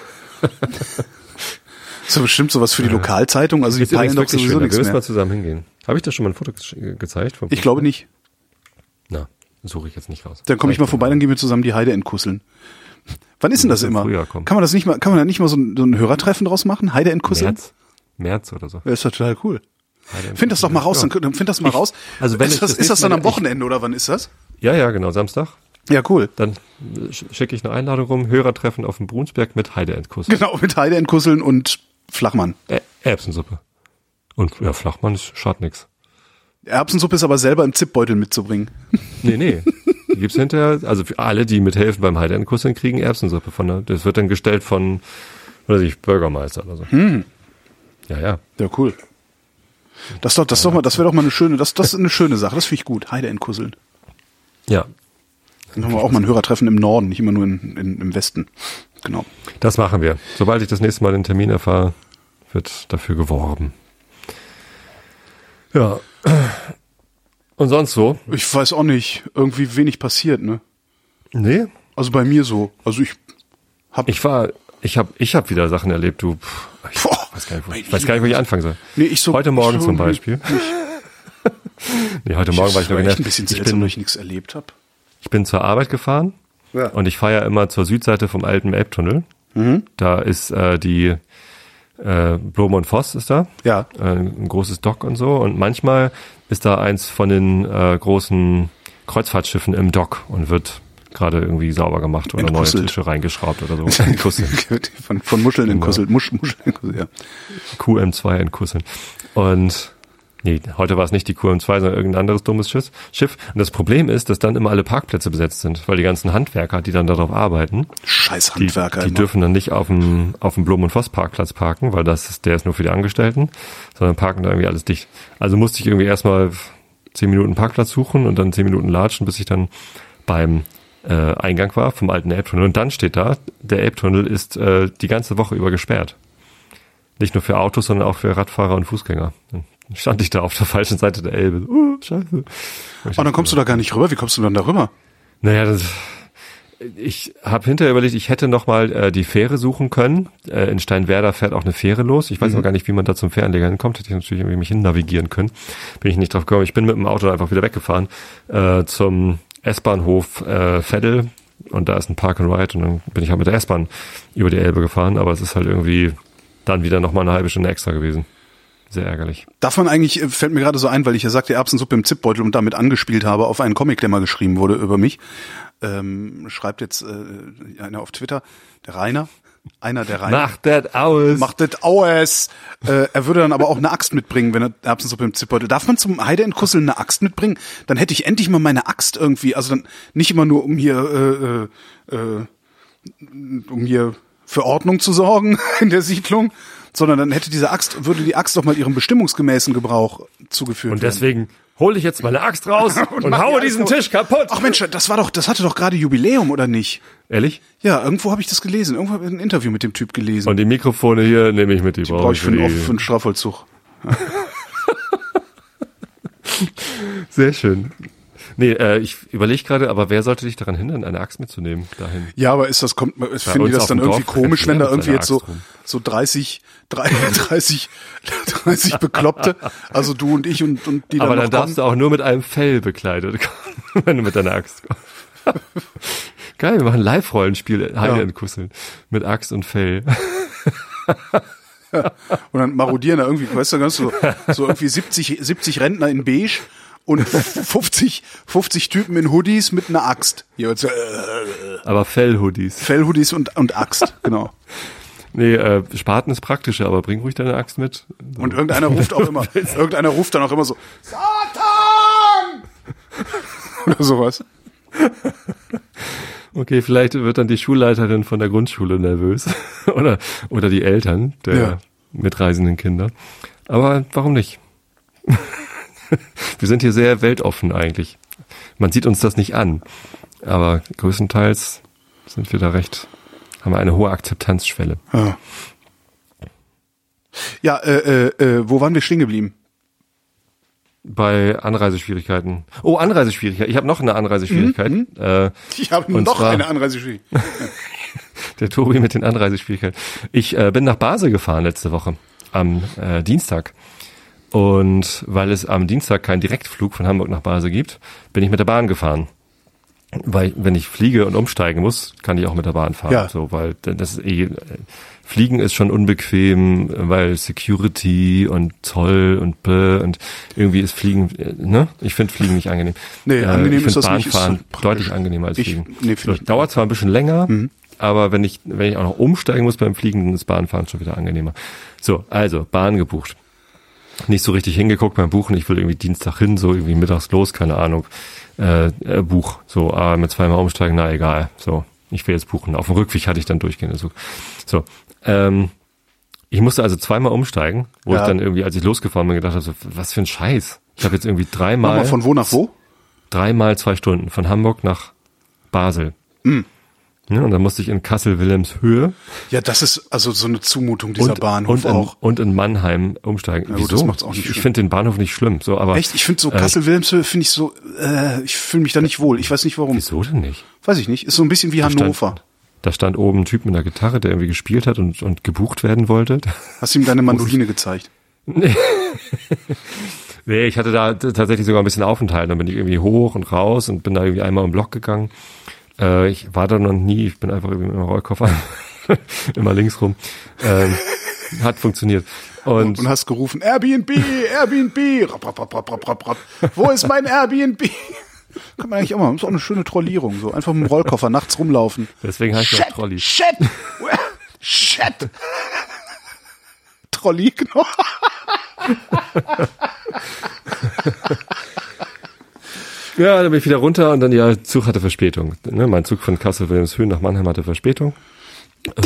So bestimmt sowas für die Lokalzeitung, also die Ist peilen doch wirklich sowieso schön, nichts wir müssen mehr. mal zusammen hingehen. Habe ich da schon mal ein Foto ge- gezeigt? Vom Ich glaube nicht. Na, suche ich jetzt nicht raus. Dann komme ich mal vorbei, dann gehen wir zusammen die Heide entkusseln. Wann ist denn das Muss im immer? Frühjahr kommen. Kann man das nicht mal, kann man da nicht mal so ein, so ein Hörertreffen draus machen? Heide entkusseln? März? März oder so. Ja, ist doch total cool. Find das doch mal raus, dann, dann find das mal Ich- raus. also wenn ist ich das, das ist das nächste dann am Mal- ich- Wochenende oder wann ist das? Ja, ja, genau, Samstag. Ja, cool. Dann äh, sch- schicke ich eine Einladung rum, Hörertreffen auf dem Brunsberg mit Heideentkuss. Genau, mit Heide entkusseln und Flachmann. Ä- Erbsensuppe. Und ja, Flachmann ist schadet nix. Erbsensuppe ist aber selber im Zipbeutel mitzubringen. Nee, nee. Die gibt's hinterher, also für alle, die mithelfen beim Heideentkusseln, kriegen Erbsensuppe von der, das wird dann gestellt von, oder ich, Bürgermeister oder so. Hm. Ja, ja. Ja, cool. Das doch, das doch mal, das wäre doch mal eine schöne, das, das ist eine schöne Sache. Das finde ich gut. Heide entkusseln. Ja. Dann haben wir auch mal ein Hörertreffen im Norden, nicht immer nur in, in, im Westen. Genau. Das machen wir. Sobald ich das nächste Mal den Termin erfahre, wird dafür geworben. Ja. Und sonst so? Ich weiß auch nicht, irgendwie wenig passiert, ne? Nee. Also bei mir so. Also ich hab, Ich war, ich habe ich hab wieder Sachen erlebt, du. Pff, ich Boah, weiß gar nicht, wo, mein ich weiß gar nicht, wo ich anfangen soll. nee, ich so. Heute Morgen so zum Beispiel. Nee, heute Morgen war ich noch echt genervt. ein bisschen Ich seltsam, bin, weil ich nichts erlebt habe. ich bin zur Arbeit gefahren. Ja. Und ich fahre ja immer zur Südseite vom alten Elbtunnel. Mhm. Da ist äh, die äh, Blome und Voss ist da. Ja. Äh, ein großes Dock und so. Und manchmal ist da eins von den äh, großen Kreuzfahrtschiffen im Dock und wird gerade irgendwie sauber gemacht oder Entkusselt. neue Tische reingeschraubt oder so. Entkusselt. von, von Muscheln entkusselt. Musch, Muscheln entkusselt, ja. Q M zwei entkusseln. Und nee, heute war es nicht die Q M zwei, sondern irgendein anderes dummes Schiff. Schiff. Und das Problem ist, dass dann immer alle Parkplätze besetzt sind, weil die ganzen Handwerker, die dann darauf arbeiten, Scheiß die, Handwerker. die immer. dürfen dann nicht auf dem auf dem Blom- und Voss-Parkplatz parken, weil das ist, der ist nur für die Angestellten, sondern parken da irgendwie alles dicht. Also musste ich irgendwie erstmal zehn Minuten Parkplatz suchen und dann zehn Minuten latschen, bis ich dann beim äh, Eingang war vom alten Elbtunnel. Und dann steht da, der Elbtunnel ist äh, die ganze Woche über gesperrt. Nicht nur für Autos, sondern auch für Radfahrer und Fußgänger. Dann stand ich da auf der falschen Seite der Elbe. Oh, scheiße. Und oh, dann kommst du da gar nicht rüber. Wie kommst du dann da rüber? Naja, das, ich habe hinterher überlegt, ich hätte noch mal äh, die Fähre suchen können. Äh, in Steinwerder fährt auch eine Fähre los. Ich weiß mhm. auch gar nicht, wie man da zum Fähranleger hinkommt. Hätte ich natürlich irgendwie mich hin navigieren können. Bin ich nicht drauf gekommen. Ich bin mit dem Auto einfach wieder weggefahren äh, zum S-Bahnhof äh, Veddel. Und da ist ein Park and Ride. Und dann bin ich halt mit der S-Bahn über die Elbe gefahren. Aber es ist halt irgendwie dann wieder noch mal eine halbe Stunde extra gewesen. Sehr ärgerlich. Darf man eigentlich, fällt mir gerade so ein, weil ich ja sagte Erbsensuppe im Zipbeutel und damit angespielt habe auf einen Comic, der mal geschrieben wurde über mich. Ähm, schreibt jetzt äh, einer auf Twitter, der Rainer, einer der Rainer. Macht das aus. Macht das aus. Äh, er würde dann aber auch eine Axt mitbringen, wenn er Erbsensuppe im Zipbeutel. Darf man zum Heideentkusseln eine Axt mitbringen? Dann hätte ich endlich mal meine Axt irgendwie, also dann nicht immer nur um hier, äh, äh, um hier für Ordnung zu sorgen in der Siedlung, sondern dann hätte diese Axt, würde die Axt doch mal ihrem bestimmungsgemäßen Gebrauch zugeführt werden. Und deswegen hole ich jetzt meine Axt raus und, und haue diesen Tisch kaputt. Ach Mensch, das war doch, das hatte doch gerade Jubiläum, oder nicht? Ehrlich? Ja, irgendwo habe ich das gelesen. Irgendwo habe ich ein Interview mit dem Typ gelesen. Und die Mikrofone hier nehme ich mit, die, die brauche ich für, für, die... für einen Strafvollzug. Ja. Sehr schön. Nee, äh, ich überlege gerade, aber wer sollte dich daran hindern, eine Axt mitzunehmen dahin? Ja, aber ist das, kommt, finden die das dann irgendwie Dorf komisch, wenn da irgendwie jetzt so, so dreißig, dreißig, dreißig Bekloppte, also du und ich und, und die dann aber noch dann darfst kommen. Du auch nur mit einem Fell bekleidet kommen, wenn du mit deiner Axt kommst. Geil, wir machen Live-Rollenspiel, Heide entkusseln, mit Axt und Fell. Ja. Und dann marodieren da irgendwie, weißt du, ganz so, so irgendwie siebzig, siebzig Rentner in beige und fünfzig, fünfzig Typen in Hoodies mit einer Axt. Aber Fell-Hoodies. Fell-Hoodies und, und Axt, genau. Nee, äh, Spaten ist praktischer, aber bring ruhig deine Axt mit. Und irgendeiner ruft auch immer, irgendeiner ruft dann auch immer so, Satan! Oder sowas. Okay, vielleicht wird dann die Schulleiterin von der Grundschule nervös. oder, oder die Eltern der ja. mitreisenden Kinder. Aber warum nicht? Wir sind hier sehr weltoffen eigentlich. Man sieht uns das nicht an. Aber größtenteils sind wir da recht, haben wir eine hohe Akzeptanzschwelle. Ja, ja äh, äh, wo waren wir stehen geblieben? Bei Anreiseschwierigkeiten. Oh, Anreiseschwierigkeiten. Ich habe noch eine Anreiseschwierigkeit. Mhm. Äh, ich habe noch zwar, eine Anreiseschwierigkeit. Der Tobi mit den Anreiseschwierigkeiten. Ich äh, bin nach Basel gefahren letzte Woche, am äh, Dienstag. Und weil es am Dienstag keinen Direktflug von Hamburg nach Basel gibt, bin ich mit der Bahn gefahren. Weil, wenn ich fliege und umsteigen muss, kann ich auch mit der Bahn fahren. Ja. So, weil das ist eh, Fliegen ist schon unbequem, weil Security und Zoll und bäh, und irgendwie ist Fliegen, ne? Ich finde Fliegen nicht angenehm. Nee, äh, angenehm ich ist das Bahnfahren nicht. Ist so deutlich angenehmer als ich, Fliegen. Nee, so, dauert zwar ein bisschen länger, mhm. aber wenn ich, wenn ich auch noch umsteigen muss beim Fliegen, dann ist Bahnfahren schon wieder angenehmer. So, also, Bahn gebucht. Nicht so richtig hingeguckt beim Buchen. Ich will irgendwie Dienstag hin, so irgendwie mittags los, keine Ahnung. Äh, äh, Buch, so, ah, mit zweimal umsteigen, na egal. So, ich will jetzt buchen. Auf dem Rückweg hatte ich dann durchgehend. So, so ähm, ich musste also zweimal umsteigen, wo ja. ich dann irgendwie, als ich losgefahren bin, gedacht habe, so, was für ein Scheiß. Ich habe jetzt irgendwie dreimal... Nochmal von wo nach wo? Dreimal zwei Stunden. Von Hamburg nach Basel. Mhm. Ja, und dann musste ich in Kassel-Wilhelmshöhe. Ja, das ist also so eine Zumutung, dieser und, Bahnhof und in, auch. Und in Mannheim umsteigen. Ja, gut, Wieso? das macht's auch nicht ich schlimm. finde den Bahnhof nicht schlimm. So, aber echt? Ich finde so Kassel-Wilhelmshöhe finde ich so, äh, ich fühle mich da nicht wohl. Ich weiß nicht warum. Wieso denn nicht? Weiß ich nicht. Ist so ein bisschen wie da Hannover. Stand, da stand oben ein Typ mit einer Gitarre, der irgendwie gespielt hat und, und gebucht werden wollte. Hast du ihm deine Mandoline gezeigt? Nee. Nee, ich hatte da tatsächlich sogar ein bisschen Aufenthalt. Dann bin ich irgendwie hoch und raus und bin da irgendwie einmal im Block gegangen. Äh, ich war da noch nie, ich bin einfach irgendwie mit dem Rollkoffer immer links rum. Ähm, hat funktioniert. Und, und hast gerufen, Airbnb, Airbnb, rap, rap, rap, rap, rap, rap. Wo ist mein Airbnb? Kann man eigentlich auch mal, ist auch eine schöne Trollierung, so einfach mit dem Rollkoffer nachts rumlaufen. Deswegen heißt es auch Trolli. Shit, shit. Trolli, genau. Ja, dann bin ich wieder runter und dann, ja, Zug hatte Verspätung. Ne, mein Zug von Kassel-Wilhelmshöhe nach Mannheim hatte Verspätung.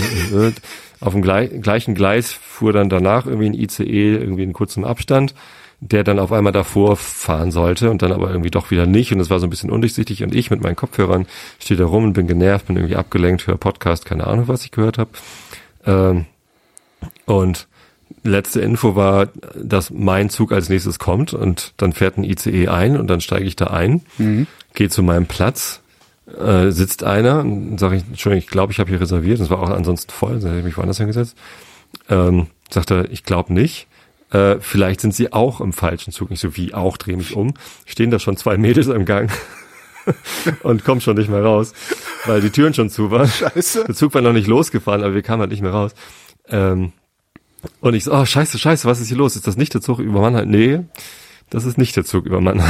Auf dem gleichen Gleis fuhr dann danach irgendwie ein I C E, irgendwie in kurzem Abstand. der dann auf einmal davor fahren sollte und dann aber irgendwie doch wieder nicht und es war so ein bisschen undurchsichtig und ich mit meinen Kopfhörern stehe da rum und bin genervt, bin irgendwie abgelenkt, höre Podcast, keine Ahnung, was ich gehört habe. Ähm, und letzte Info war, dass mein Zug als nächstes kommt und dann fährt ein I C E ein und dann steige ich da ein, mhm. gehe zu meinem Platz, äh, sitzt einer und sage ich, Entschuldigung, ich glaube, ich habe hier reserviert, das war auch ansonsten voll, dann hätte ich mich woanders hingesetzt. Ähm, sagt er, ich glaube nicht. Äh, vielleicht sind sie auch im falschen Zug. Nicht so wie auch, drehe mich um. Stehen da schon zwei Mädels im Gang und kommen schon nicht mehr raus, weil die Türen schon zu waren. Scheiße. Der Zug war noch nicht losgefahren, aber wir kamen halt nicht mehr raus. Ähm, und ich so, oh scheiße, scheiße, was ist hier los? Ist das nicht der Zug über Mannheim? Nee, das ist nicht der Zug über Mannheim.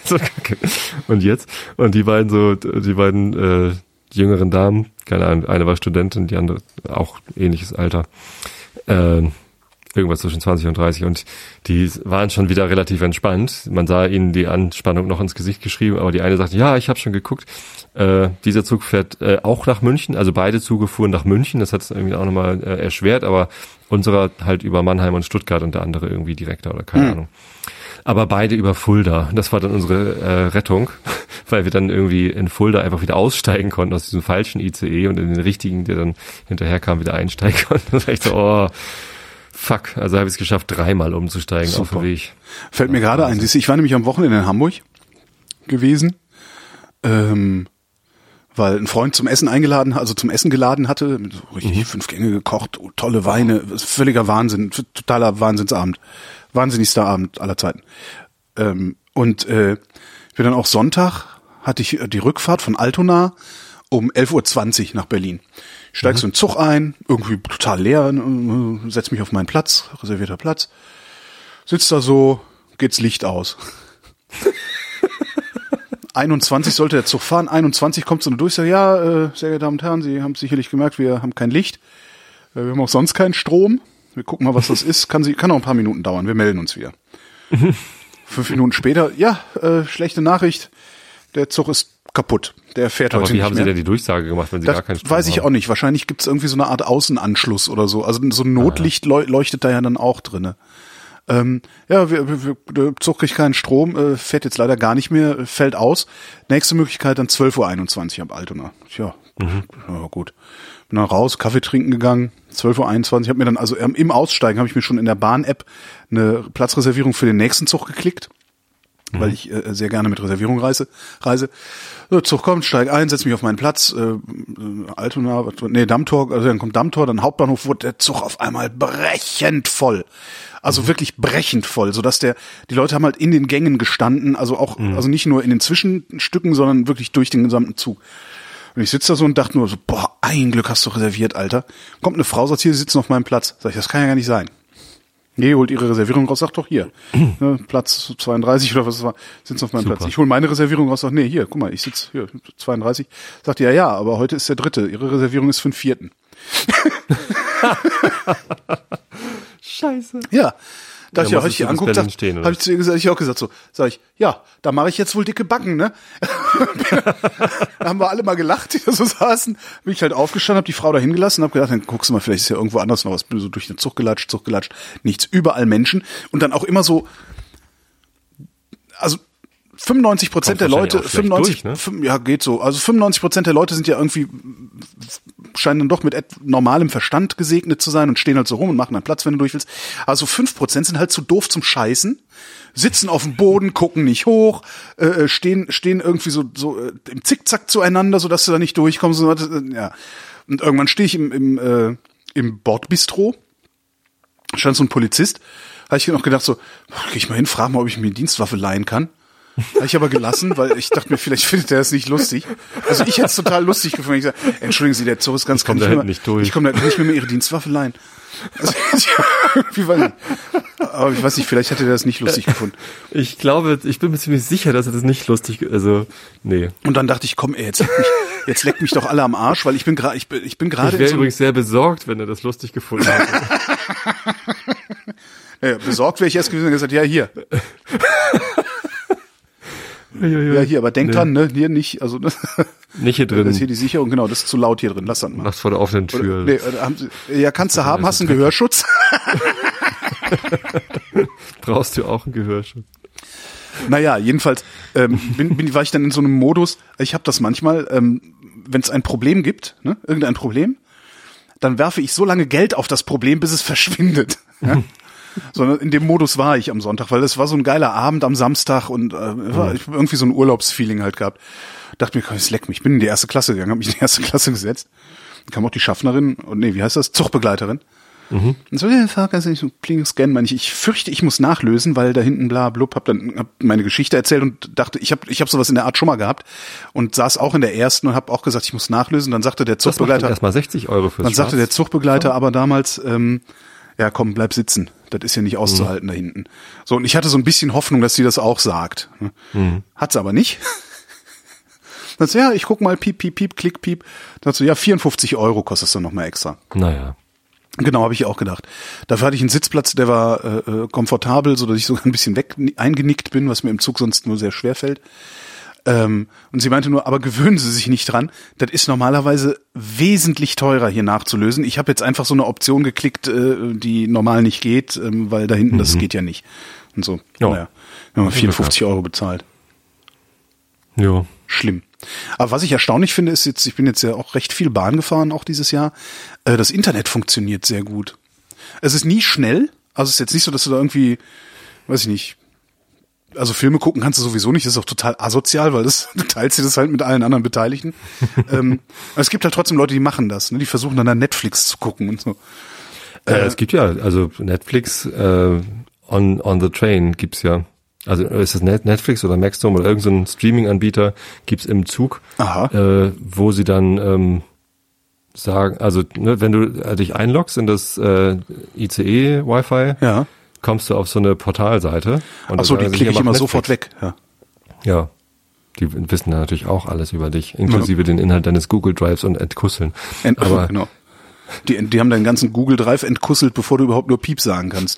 Und jetzt? Und die beiden so, die beiden äh, jüngeren Damen, keine Ahnung, eine war Studentin, die andere auch ähnliches Alter, äh, irgendwas zwischen zwanzig und dreißig und die waren schon wieder relativ entspannt. Man sah ihnen die Anspannung noch ins Gesicht geschrieben, aber die eine sagte, ja, ich habe schon geguckt, äh, dieser Zug fährt äh, auch nach München, also beide Züge fuhren nach München, das hat es irgendwie auch nochmal äh, erschwert, aber unserer halt über Mannheim und Stuttgart und der andere irgendwie direkter oder keine mhm. Ahnung. Aber beide über Fulda. Das war dann unsere äh, Rettung, weil wir dann irgendwie in Fulda einfach wieder aussteigen konnten aus diesem falschen I C E und in den richtigen, der dann hinterher kam, wieder einsteigen konnten. Das war echt so, oh, fuck. Also habe ich es geschafft, dreimal umzusteigen. Super. Auf dem Weg. Fällt mir gerade ein. Siehst du, ich war nämlich am Wochenende in Hamburg gewesen, ähm, weil ein Freund zum Essen eingeladen, also zum Essen geladen hatte, mit so richtig mhm. fünf Gänge gekocht, tolle Weine, völliger Wahnsinn, totaler Wahnsinnsabend. Wahnsinnigster Abend aller Zeiten. Ähm, und äh, ich bin dann auch Sonntag, hatte ich die Rückfahrt von Altona um elf Uhr zwanzig nach Berlin. Ich steig mhm. so in den Zug ein, irgendwie total leer, äh, setz mich auf meinen Platz, reservierter Platz, sitz da so, geht's Licht aus. einundzwanzig sollte der Zug fahren, einundzwanzig kommt so eine Durchsage, ja, äh, sehr geehrte Damen und Herren, Sie haben sicherlich gemerkt, wir haben kein Licht, wir haben auch sonst keinen Strom. Wir gucken mal, was das ist. Kann sie, kann auch ein paar Minuten dauern. Wir melden uns wieder. Fünf Minuten später, ja, äh, schlechte Nachricht. Der Zug ist kaputt. Der fährt Aber heute wie nicht haben mehr. Sie denn die Durchsage gemacht, wenn Sie das gar keinen Strom weiß ich haben? auch nicht. Wahrscheinlich gibt's irgendwie so eine Art Außenanschluss oder so. Also so ein Notlicht leu- leuchtet da ja dann auch drinne. Ähm, ja, wir, wir, der Zug kriegt keinen Strom, äh, fährt jetzt leider gar nicht mehr, fällt aus. Nächste Möglichkeit dann zwölf Uhr einundzwanzig ab Altona. Tja, mhm. ja, gut. Bin dann raus, Kaffee trinken gegangen, zwölf Uhr einundzwanzig. Habe mir dann, also im Aussteigen habe ich mir schon in der Bahn-App eine Platzreservierung für den nächsten Zug geklickt, mhm. weil ich äh, sehr gerne mit Reservierung reise. reise. So, Zug kommt, steige ein, setze mich auf meinen Platz, äh, Altona, nee, Dammtor, also dann kommt Dammtor, dann Hauptbahnhof, wurde der Zug auf einmal brechend voll. Also mhm. wirklich brechend voll, sodass der, die Leute haben halt in den Gängen gestanden, also auch, mhm. also nicht nur in den Zwischenstücken, sondern wirklich durch den gesamten Zug. Und ich sitze da so und dachte nur so, boah, ein Glück hast du reserviert, Alter. Kommt eine Frau, sagt, hier, sie sitzen auf meinem Platz. Sag ich, das kann ja gar nicht sein. Nee, holt ihre Reservierung raus, sagt doch hier. Ne, Platz zweiunddreißig oder was es war, sitzen auf meinem Super. Platz. Ich hole meine Reservierung raus, sag, nee, hier, guck mal, ich sitze hier, zweiunddreißig. Sagt die, ja, ja, aber heute ist der dritte. Ihre Reservierung ist für den vierten. Scheiße. Ja. Da ja, ich ja heute hier anguckt habe, habe ich zu ihr gesagt, ich auch gesagt so, sag ich, ja, da mache ich jetzt wohl dicke Backen, ne? Da haben wir alle mal gelacht, die da so saßen. Bin ich halt aufgestanden, habe die Frau da hingelassen, habe gedacht, dann guckst du mal, vielleicht ist ja irgendwo anders noch was. Bin so durch den Zug gelatscht, Zug gelatscht, nichts, überall Menschen und dann auch immer so, also fünfundneunzig Prozent der Leute, fünfundneunzig, durch, ne? ja geht so, also fünfundneunzig Prozent der Leute sind ja irgendwie, scheinen dann doch mit normalem Verstand gesegnet zu sein und stehen halt so rum und machen dann Platz, wenn du durch willst. Also fünf Prozent sind halt zu doof zum Scheißen, sitzen auf dem Boden, gucken nicht hoch, äh, stehen stehen irgendwie so so äh, im Zickzack zueinander, sodass du da nicht durchkommst. Und, äh, ja. Und irgendwann stehe ich im im äh, im Bordbistro, stand so ein Polizist, habe ich noch gedacht so, geh ich mal hin, frag mal, ob ich mir eine Dienstwaffe leihen kann. Habe ich aber gelassen, weil ich dachte mir, vielleicht findet er das nicht lustig. Also ich hätte es total lustig gefunden. Ich sage, entschuldigen Sie, der Zug ist ganz ich komm da mehr, nicht durch. Ich komme da nicht mehr, mehr Ihre Dienstwaffe leihen. Also, wie weiß ich. Aber ich weiß nicht, vielleicht hätte er das nicht lustig gefunden. Ich glaube, ich bin mir ziemlich sicher, dass er das nicht lustig, also, nee. Und dann dachte ich, komm, ey, jetzt leckt mich, jetzt leckt mich doch alle am Arsch, weil ich bin gerade, ich bin, ich bin gerade. Ich wäre so übrigens sehr besorgt, wenn er das lustig gefunden hätte. Ja, besorgt wäre ich erst gewesen und gesagt, ja, hier. Ja, hier, aber denk nee. dran, ne, hier nicht, also, ne, nicht hier drin. Das ist hier die Sicherung, genau, das ist zu laut hier drin, lass das mal. Mach's vor der offenen Tür. Oder, nee, haben Sie, ja, kannst du haben, hast einen Gehörschutz? Brauchst du auch einen Gehörschutz? Naja, jedenfalls ähm, bin, bin, war ich dann in so einem Modus, ich habe das manchmal, ähm, wenn es ein Problem gibt, ne, irgendein Problem, dann werfe ich so lange Geld auf das Problem, bis es verschwindet. Ja? Sondern in dem Modus war ich am Sonntag, weil das war so ein geiler Abend am Samstag und äh, war, ich hab irgendwie so ein Urlaubsfeeling halt gehabt. Dachte mir, es leck mich, ich bin in die erste Klasse gegangen, habe mich in die erste Klasse gesetzt. Dann kam auch die Schaffnerin, und nee, wie heißt das? Zuchtbegleiterin. Mhm. Und so, ja, Fahrgast, ich so, Pling, Scan, meine ich, ich fürchte, ich muss nachlösen, weil da hinten bla blub, hab dann hab meine Geschichte erzählt und dachte, ich habe ich hab sowas in der Art schon mal gehabt und saß auch in der ersten und habe auch gesagt, ich muss nachlösen. Dann sagte der Zuchtbegleiter, erstmal sechzig Euro fürs Dann sagte der Zuchtbegleiter ja. aber damals, ähm, ja komm, bleib sitzen, das ist ja nicht auszuhalten mhm. da hinten. So, und ich hatte so ein bisschen Hoffnung, dass sie das auch sagt. Mhm. Hat sie aber nicht. Dann so, ja, ich guck mal, piep, piep, piep, klick, piep. Dann so, ja, vierundfünfzig Euro kostet es dann nochmal extra. Naja. Genau, habe ich auch gedacht. Dafür hatte ich einen Sitzplatz, der war äh, komfortabel, so dass ich sogar ein bisschen weg eingenickt bin, was mir im Zug sonst nur sehr schwer fällt. Ähm, und sie meinte nur, aber gewöhnen Sie sich nicht dran. Das ist normalerweise wesentlich teurer hier nachzulösen. Ich habe jetzt einfach so eine Option geklickt, äh, die normal nicht geht, ähm, weil da hinten, mhm. das geht ja nicht. Und so, ja. naja, wir haben vierundfünfzig Euro bezahlt. Ja. Schlimm. Aber was ich erstaunlich finde, ist jetzt, ich bin jetzt ja auch recht viel Bahn gefahren, auch dieses Jahr, äh, das Internet funktioniert sehr gut. Es ist nie schnell, also es ist jetzt nicht so, dass du da irgendwie, weiß ich nicht, also Filme gucken kannst du sowieso nicht, das ist auch total asozial, weil das, du teilst dir das halt mit allen anderen Beteiligten. ähm, aber es gibt halt trotzdem Leute, die machen das, ne? Die versuchen dann, dann Netflix zu gucken und so. Äh, äh, es gibt ja, also Netflix äh, on, on the Train gibt's ja. Also ist das Netflix oder Maxdome oder irgendein so Streaming-Anbieter gibt's im Zug, äh, wo sie dann ähm, sagen, also ne, wenn du äh, dich einloggst in das äh, I C E-Wi-Fi, ja. kommst du auf so eine Portalseite. Ach so, die klicke ich immer Netflix. Sofort weg. Ja. ja, die wissen natürlich auch alles über dich, inklusive ja. den Inhalt deines Google Drives und entkusseln. Ent- Aber genau. Die, die haben deinen ganzen Google Drive entkusselt, bevor du überhaupt nur Piep sagen kannst.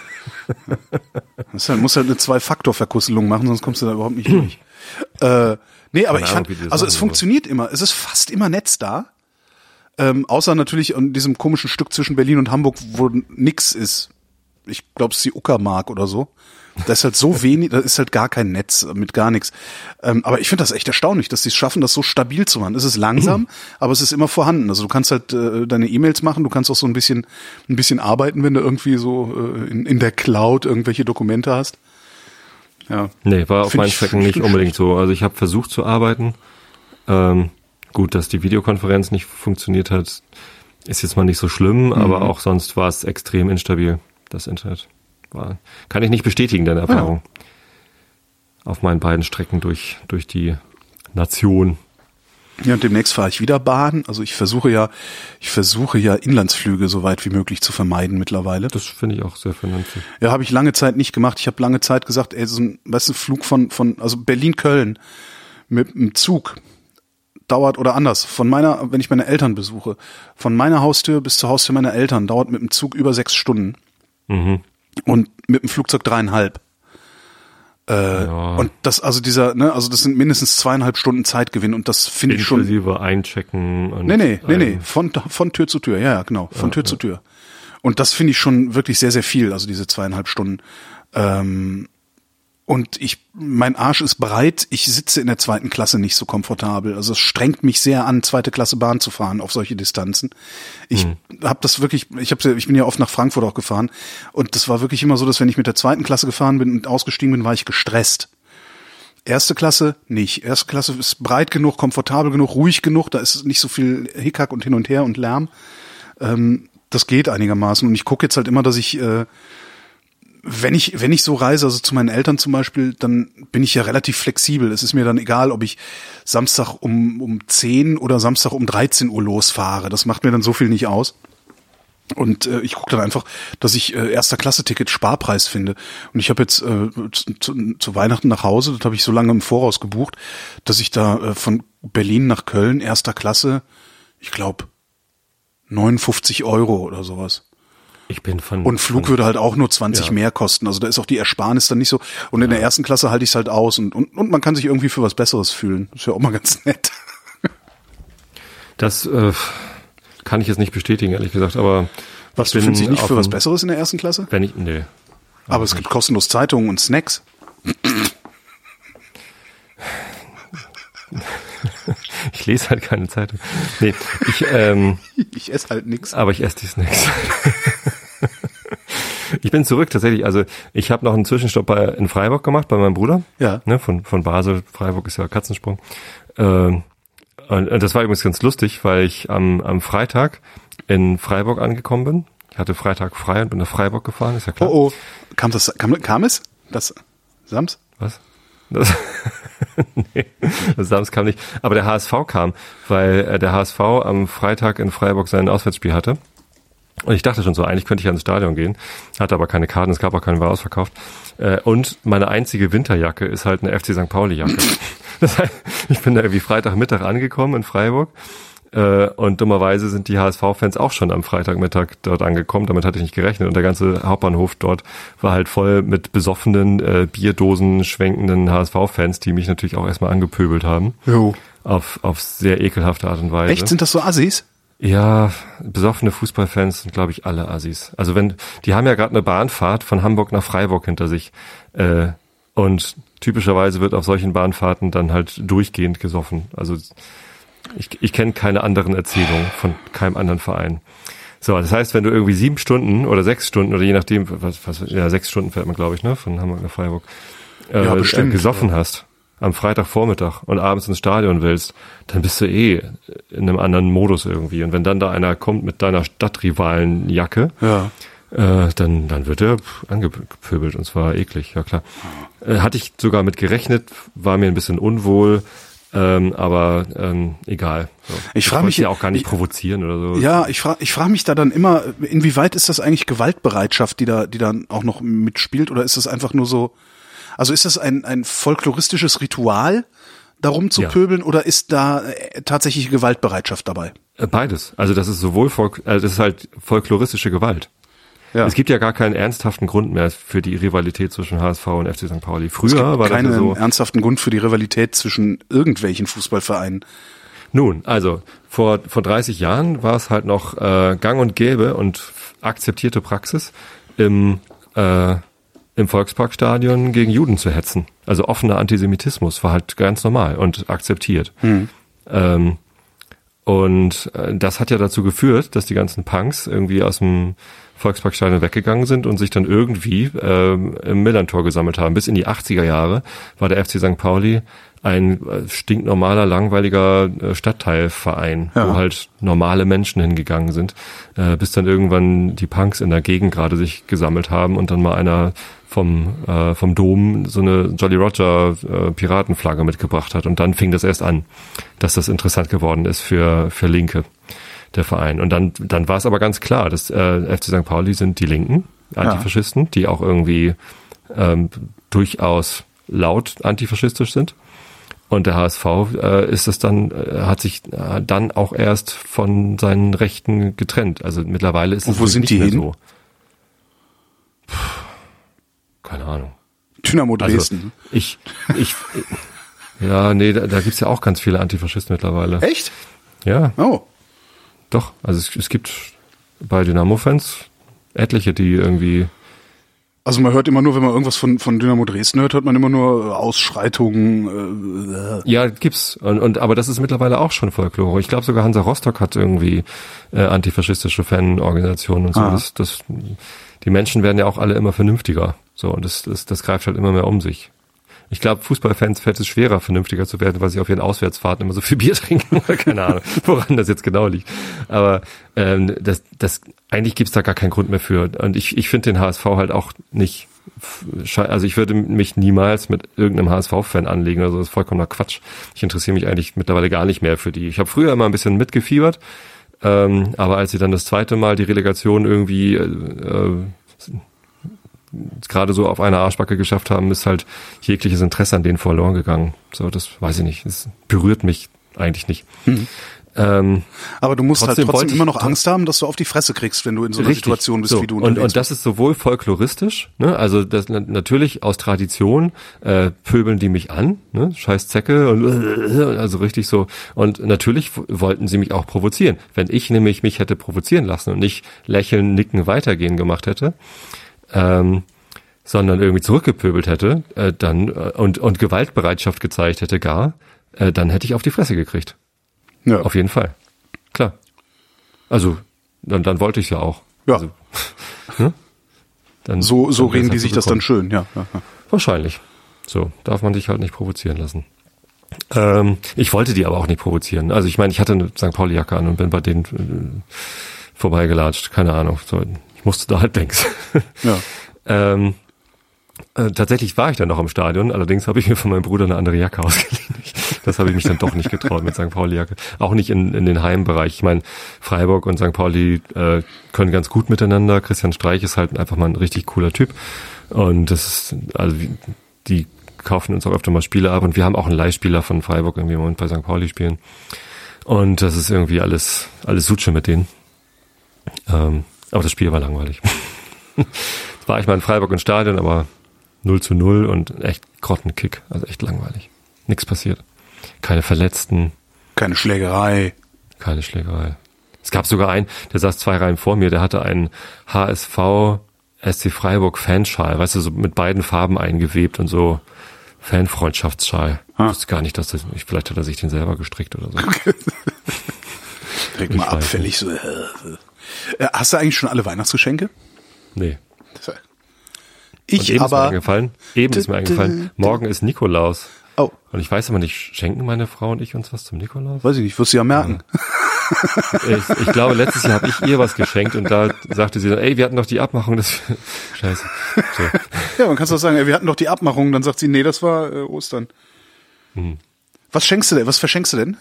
Das halt, muss halt eine Zwei-Faktor-Verkusselung machen, sonst kommst du da überhaupt nicht durch. äh, nee, aber Keine ich Ahnung, fand, also es funktioniert immer, es ist fast immer Netz da, ähm, außer natürlich an diesem komischen Stück zwischen Berlin und Hamburg, wo nix ist. Ich glaube, es ist die Uckermark oder so. Da ist halt so wenig, da ist halt gar kein Netz mit gar nichts. Ähm, aber ich finde das echt erstaunlich, dass die es schaffen, das so stabil zu machen. Es ist langsam, mhm. aber es ist immer vorhanden. Also du kannst halt äh, deine E-Mails machen, du kannst auch so ein bisschen ein bisschen arbeiten, wenn du irgendwie so äh, in, in der Cloud irgendwelche Dokumente hast. Ja. Nee, war auf meinen Strecken nicht unbedingt so. Also ich habe versucht zu arbeiten. Ähm, gut, dass die Videokonferenz nicht funktioniert hat, ist jetzt mal nicht so schlimm, mhm. aber auch sonst war es extrem instabil, das Internet. War, kann ich nicht bestätigen, deine Erfahrung. Ja. Auf meinen beiden Strecken durch, durch die Nation. Ja, und demnächst fahre ich wieder Bahn. Also ich versuche ja, ich versuche ja Inlandsflüge so weit wie möglich zu vermeiden mittlerweile. Das finde ich auch sehr vernünftig. Ja, habe ich lange Zeit nicht gemacht. Ich habe lange Zeit gesagt, ey, so ein, weißt du, Flug von, von, also Berlin-Köln mit dem Zug dauert, oder anders, von meiner, wenn ich meine Eltern besuche, von meiner Haustür bis zur Haustür meiner Eltern dauert mit dem Zug über sechs Stunden. Mhm. Und mit dem Flugzeug dreieinhalb. Äh, ja. Und das, also dieser, ne, also das sind mindestens zweieinhalb Stunden Zeitgewinn und das finde ich schon. Inklusive einchecken und. Nee, nee, nee, nee, von, von Tür zu Tür, ja, ja, genau, von ja, Tür ja. zu Tür. Und das finde ich schon wirklich sehr, sehr viel, also diese zweieinhalb Stunden. Ähm, und ich, mein Arsch ist breit, ich sitze in der zweiten Klasse nicht so komfortabel. Also es strengt mich sehr an, zweite Klasse Bahn zu fahren auf solche Distanzen. Ich hm. habe das wirklich, ich habe, ich bin ja oft nach Frankfurt auch gefahren und das war wirklich immer so, dass wenn ich mit der zweiten Klasse gefahren bin und ausgestiegen bin, war ich gestresst. Erste Klasse nicht. Erste Klasse ist breit genug, komfortabel genug, ruhig genug, da ist nicht so viel Hickhack und hin und her und Lärm. Ähm, das geht einigermaßen und ich gucke jetzt halt immer, dass ich äh, Wenn ich, wenn ich so reise, also zu meinen Eltern zum Beispiel, dann bin ich ja relativ flexibel. Es ist mir dann egal, ob ich Samstag um, um zehn oder Samstag um dreizehn Uhr losfahre. Das macht mir dann so viel nicht aus. Und äh, ich gucke dann einfach, dass ich äh, erster Klasse-Ticket Sparpreis finde. Und ich habe jetzt äh, zu, zu, zu Weihnachten nach Hause, das habe ich so lange im Voraus gebucht, dass ich da äh, von Berlin nach Köln, erster Klasse, ich glaube, neunundfünfzig Euro oder sowas. Ich bin von, und Flug von, würde halt auch nur zwanzig ja. mehr kosten. Also da ist auch die Ersparnis dann nicht so. Und in ja. der ersten Klasse halte ich es halt aus. Und, und, und man kann sich irgendwie für was Besseres fühlen. Das ist ja auch mal ganz nett. Das äh, kann ich jetzt nicht bestätigen, ehrlich gesagt. Aber was, du fühlst dich nicht für was Besseres in der ersten Klasse? Wenn ich, nee. Aber es gibt kostenlos Zeitungen und Snacks. Ich lese halt keine Zeitung. Nee, ich, ähm, ich esse halt nix. Aber ich esse die Snacks. Ich bin zurück tatsächlich. Also ich habe noch einen Zwischenstopp bei, in Freiburg gemacht bei meinem Bruder. Ja. Ne, von von Basel. Freiburg ist ja Katzensprung. Ähm, und, und das war übrigens ganz lustig, weil ich am am Freitag in Freiburg angekommen bin. Ich hatte Freitag frei und bin nach Freiburg gefahren. Ist ja klar. Oh oh. Kam das? Kam, kam es? Das Sams? Was? Das, nee, das Sams kam nicht. Aber der H S V kam, weil äh, der H S V am Freitag in Freiburg sein Auswärtsspiel hatte. Und ich dachte schon so, eigentlich könnte ich ans Stadion gehen. Hatte aber keine Karten, es gab auch keinen, war ausverkauft. Äh, und meine einzige Winterjacke ist halt eine F C Sankt Pauli-Jacke. Das heißt, ich bin da irgendwie Freitagmittag angekommen in Freiburg. Äh, und dummerweise sind die H S V-Fans auch schon am Freitagmittag dort angekommen. Damit hatte ich nicht gerechnet. Und der ganze Hauptbahnhof dort war halt voll mit besoffenen, äh, Bierdosen schwenkenden H S V-Fans, die mich natürlich auch erstmal angepöbelt haben. Jo. Auf, auf sehr ekelhafte Art und Weise. Echt? Sind das so Assis? Ja, besoffene Fußballfans sind, glaube ich, alle Assis. Also wenn, die haben ja gerade eine Bahnfahrt von Hamburg nach Freiburg hinter sich. Äh, und typischerweise wird auf solchen Bahnfahrten dann halt durchgehend gesoffen. Also Ich, ich kenne keine anderen Erzählungen von keinem anderen Verein. So, das heißt, wenn du irgendwie sieben Stunden oder sechs Stunden oder je nachdem, was, was ja, sechs Stunden fährt man, glaube ich, ne, von Hamburg nach Freiburg, äh, ja, bestimmt, äh, gesoffen ja. hast am Freitagvormittag und abends ins Stadion willst, dann bist du eh in einem anderen Modus irgendwie. Und wenn dann da einer kommt mit deiner Stadtrivalenjacke, ja. äh, dann, dann wird er angepöbelt und zwar eklig, ja klar. Äh, hatte ich sogar mit gerechnet, war mir ein bisschen unwohl, Ähm, aber ähm, egal. So. Ich frage mich ja auch gar nicht ich, provozieren oder so. Ja, ich frage ich frage mich da dann immer, inwieweit ist das eigentlich Gewaltbereitschaft, die da die dann auch noch mitspielt, oder ist das einfach nur so, also ist das ein ein folkloristisches Ritual, darum zu ja. pöbeln, oder ist da äh, tatsächlich Gewaltbereitschaft dabei? Beides. Also das ist sowohl Folk, also das ist halt folkloristische Gewalt. Ja. Es gibt ja gar keinen ernsthaften Grund mehr für die Rivalität zwischen H S V und F C Sankt Pauli. Früher war das keinen ja so. ernsthaften Grund für die Rivalität zwischen irgendwelchen Fußballvereinen. Nun, also vor vor dreißig Jahren war es halt noch äh, gang und gäbe und akzeptierte Praxis, im äh, im Volksparkstadion gegen Juden zu hetzen. Also offener Antisemitismus war halt ganz normal und akzeptiert. Hm. Ähm, und äh, das hat ja dazu geführt, dass die ganzen Punks irgendwie aus dem Volksparkstadion weggegangen sind und sich dann irgendwie äh, im Millerntor gesammelt haben. Bis in die achtziger Jahre war der F C Sankt Pauli ein äh, stinknormaler, langweiliger äh, Stadtteilverein, ja. wo halt normale Menschen hingegangen sind, äh, bis dann irgendwann die Punks in der Gegend gerade sich gesammelt haben und dann mal einer vom äh, vom Dom so eine Jolly Roger äh, Piratenflagge mitgebracht hat. Und dann fing das erst an, dass das interessant geworden ist für für Linke, der Verein. Und dann dann war es aber ganz klar, dass äh, F C Sankt Pauli sind die Linken, Antifaschisten, ja. die auch irgendwie ähm, durchaus laut antifaschistisch sind. Und der H S V äh, ist es dann, äh, hat sich äh, dann auch erst von seinen Rechten getrennt. Also mittlerweile ist es wo sind nicht die mehr hin? so. Puh, keine Ahnung. Dynamo Dresden. Also ich, ich, ja, nee, da, da gibt's ja auch ganz viele Antifaschisten mittlerweile. Echt? Ja. Oh. Doch, also es, es gibt bei Dynamo-Fans etliche, die irgendwie... Also man hört immer nur, wenn man irgendwas von von Dynamo Dresden hört, hört man immer nur Ausschreitungen. Äh, ja, gibt's. Und, und aber das ist mittlerweile auch schon Folklore. Ich glaube sogar Hansa Rostock hat irgendwie äh, antifaschistische Fanorganisationen und so. Das, das, die Menschen werden ja auch alle immer vernünftiger. So, und das, das, das greift halt immer mehr um sich. Ich glaube, Fußballfans fällt es schwerer, vernünftiger zu werden, weil sie auf ihren Auswärtsfahrten immer so viel Bier trinken. Keine Ahnung, woran das jetzt genau liegt. Aber ähm, das, das eigentlich gibt's da gar keinen Grund mehr für. Und ich, ich finde den H S V halt auch nicht. Also ich würde mich niemals mit irgendeinem H S V-Fan anlegen. Also das ist vollkommener Quatsch. Ich interessiere mich eigentlich mittlerweile gar nicht mehr für die. Ich habe früher immer ein bisschen mitgefiebert, ähm, aber als sie dann das zweite Mal die Relegation irgendwie äh, gerade so auf einer Arschbacke geschafft haben, ist halt jegliches Interesse an denen verloren gegangen. So, das weiß ich nicht. Das berührt mich eigentlich nicht. Mhm. Ähm, Aber du musst trotzdem halt trotzdem ich, immer noch Angst haben, dass du auf die Fresse kriegst, wenn du in so einer richtig, Situation bist, so. wie du und, unterwegs und das ist sowohl folkloristisch, ne, also das natürlich aus Tradition äh, pöbeln die mich an, ne, scheiß Zecke und äh, also richtig so. Und natürlich w- wollten sie mich auch provozieren. Wenn ich nämlich mich hätte provozieren lassen und nicht lächeln, nicken, weitergehen gemacht hätte, ähm, sondern irgendwie zurückgepöbelt hätte, äh, dann äh, und und Gewaltbereitschaft gezeigt hätte gar, äh, dann hätte ich auf die Fresse gekriegt. Ja. Auf jeden Fall. Klar. Also dann, dann wollte ich ja auch. Ja. Also, ne? Dann, so so dann reden halt die sich das dann schön, ja. ja, ja. Wahrscheinlich. So, darf man sich halt nicht provozieren lassen. Ähm, ich wollte die aber auch nicht provozieren. Also ich meine, ich hatte eine Sankt Pauli-Jacke an und bin bei denen äh, vorbeigelatscht. Keine Ahnung. So, ich musste da halt längs. Ja. ähm, äh, tatsächlich war ich dann noch im Stadion. Allerdings habe ich mir von meinem Bruder eine andere Jacke ausgeliehen. Das habe ich mich dann doch nicht getraut mit Sankt Pauli-Jacke. Auch nicht in, in den Heimbereich. Ich meine, Freiburg und Sankt Pauli äh, können ganz gut miteinander. Christian Streich ist halt einfach mal ein richtig cooler Typ. Und das ist, also die kaufen uns auch öfter mal Spiele ab. Und wir haben auch einen Leihspieler von Freiburg irgendwie im Moment bei Sankt Pauli spielen. Und das ist irgendwie alles, alles Sutsche mit denen. Ähm, aber das Spiel war langweilig. Jetzt war ich mal in Freiburg im Stadion, aber null zu null und echt Grottenkick. Also echt langweilig. Nichts passiert. Keine Verletzten. Keine Schlägerei. Keine Schlägerei. Es gab sogar einen, der saß zwei Reihen vor mir, der hatte einen H S V S C Freiburg Fanschal, weißt du, so mit beiden Farben eingewebt und so Fanfreundschaftsschal. Ah. Ich wusste gar nicht, dass das, vielleicht hat er sich den selber gestrickt oder so. Direkt mal abfällig so. Äh, hast du eigentlich schon alle Weihnachtsgeschenke? Nee. Ich und eben aber. Ist mir eingefallen, eben ist mir eingefallen, morgen ist Nikolaus. Oh. Und ich weiß aber nicht, schenken meine Frau und ich uns was zum Nikolaus? Weiß ich nicht, wirst du ja merken. Ja. Ich, ich glaube, letztes Jahr habe ich ihr was geschenkt und da sagte sie dann, ey, wir hatten doch die Abmachung, das scheiße. So. Ja, man kann doch sagen, ey, wir hatten doch die Abmachung, dann sagt sie, nee, das war äh, Ostern. Hm. Was schenkst du denn? Was verschenkst du denn?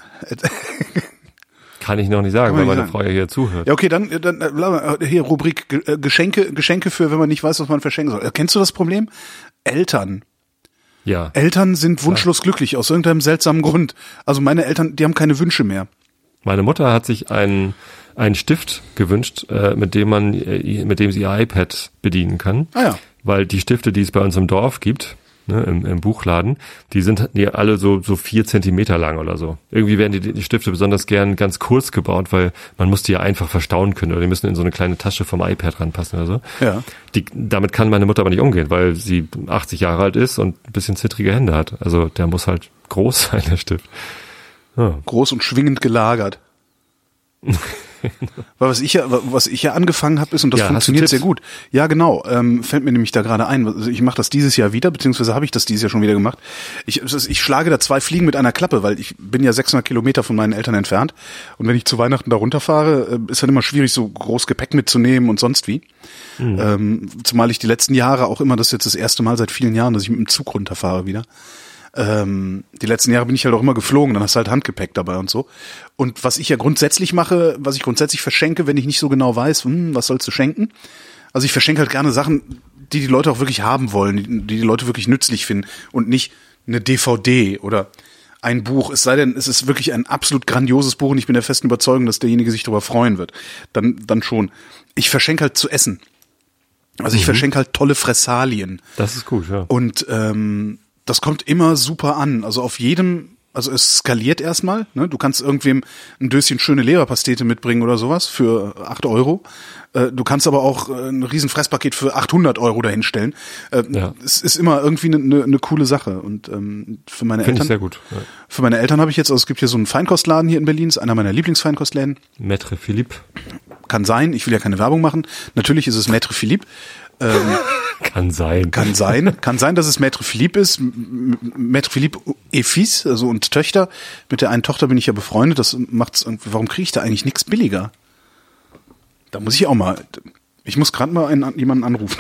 Kann ich noch nicht sagen, weil meine sagen. Frau ja hier zuhört. Ja, okay, dann, dann äh, hier Rubrik äh, Geschenke, Geschenke für, wenn man nicht weiß, was man verschenken soll. Kennst du das Problem? Eltern. Ja. Eltern sind wunschlos ja. glücklich, aus irgendeinem seltsamen Grund. Also meine Eltern, die haben keine Wünsche mehr. Meine Mutter hat sich einen, einen Stift gewünscht, äh, mit dem man, äh, mit dem sie ihr iPad bedienen kann. Ah ja. Weil die Stifte, die es bei uns im Dorf gibt, ne, im, im Buchladen, die sind die alle so, so vier Zentimeter lang oder so. Irgendwie werden die, die Stifte besonders gern ganz kurz gebaut, weil man muss die ja einfach verstauen können oder die müssen in so eine kleine Tasche vom iPad ranpassen oder so. Ja. Die, damit kann meine Mutter aber nicht umgehen, weil sie achtzig Jahre alt ist und ein bisschen zittrige Hände hat. Also der muss halt groß sein, der Stift. Ja. Groß und schwingend gelagert. Weil was ich ja, was ich ja angefangen habe, ist, und das ja, funktioniert sehr gut. Ja, genau. Ähm, fällt mir nämlich da gerade ein. Also ich mache das dieses Jahr wieder, beziehungsweise habe ich das dieses Jahr schon wieder gemacht. Ich, ich schlage da zwei Fliegen mit einer Klappe, weil ich bin ja sechshundert Kilometer von meinen Eltern entfernt. Und wenn ich zu Weihnachten da runterfahre, ist dann immer schwierig, so groß Gepäck mitzunehmen und sonst wie. Mhm. Ähm, zumal ich die letzten Jahre auch immer, das ist jetzt das erste Mal seit vielen Jahren, dass ich mit dem Zug runterfahre wieder. Ähm, die letzten Jahre bin ich halt auch immer geflogen, dann hast du halt Handgepäck dabei und so. Und was ich ja grundsätzlich mache, was ich grundsätzlich verschenke, wenn ich nicht so genau weiß, hm, was sollst du schenken? Also ich verschenke halt gerne Sachen, die die Leute auch wirklich haben wollen, die die, die Leute wirklich nützlich finden und nicht eine D V D oder ein Buch. Es sei denn, es ist wirklich ein absolut grandioses Buch und ich bin der festen Überzeugung, dass derjenige sich darüber freuen wird. Dann, dann schon. Ich verschenke halt zu essen. Also ich mhm. verschenke halt tolle Fressalien. Das ist gut, ja. Und ähm, das kommt immer super an. Also auf jedem, also es skaliert erstmal. Ne? Du kannst irgendwem ein Döschen schöne Leberpastete mitbringen oder sowas für acht Euro. Äh, du kannst aber auch ein riesen Fresspaket für achthundert Euro dahinstellen. Äh, ja. Es ist immer irgendwie eine, eine, eine coole Sache. Und ähm, für meine Find Eltern, ich sehr gut. Ja. Für meine Eltern habe ich jetzt, also es gibt hier so einen Feinkostladen hier in Berlin, ist einer meiner Lieblingsfeinkostläden. Maître Philippe. Kann sein. Ich will ja keine Werbung machen. Natürlich ist es Maître Philippe. Ähm, kann sein. Kann sein. Kann sein, dass es Maître Philippe ist. Maître Philippe et Fils, also und Töchter. Mit der einen Tochter bin ich ja befreundet. Das macht's irgendwie, warum kriege ich da eigentlich nichts billiger? Da muss ich auch mal, ich muss gerade mal einen, jemanden anrufen.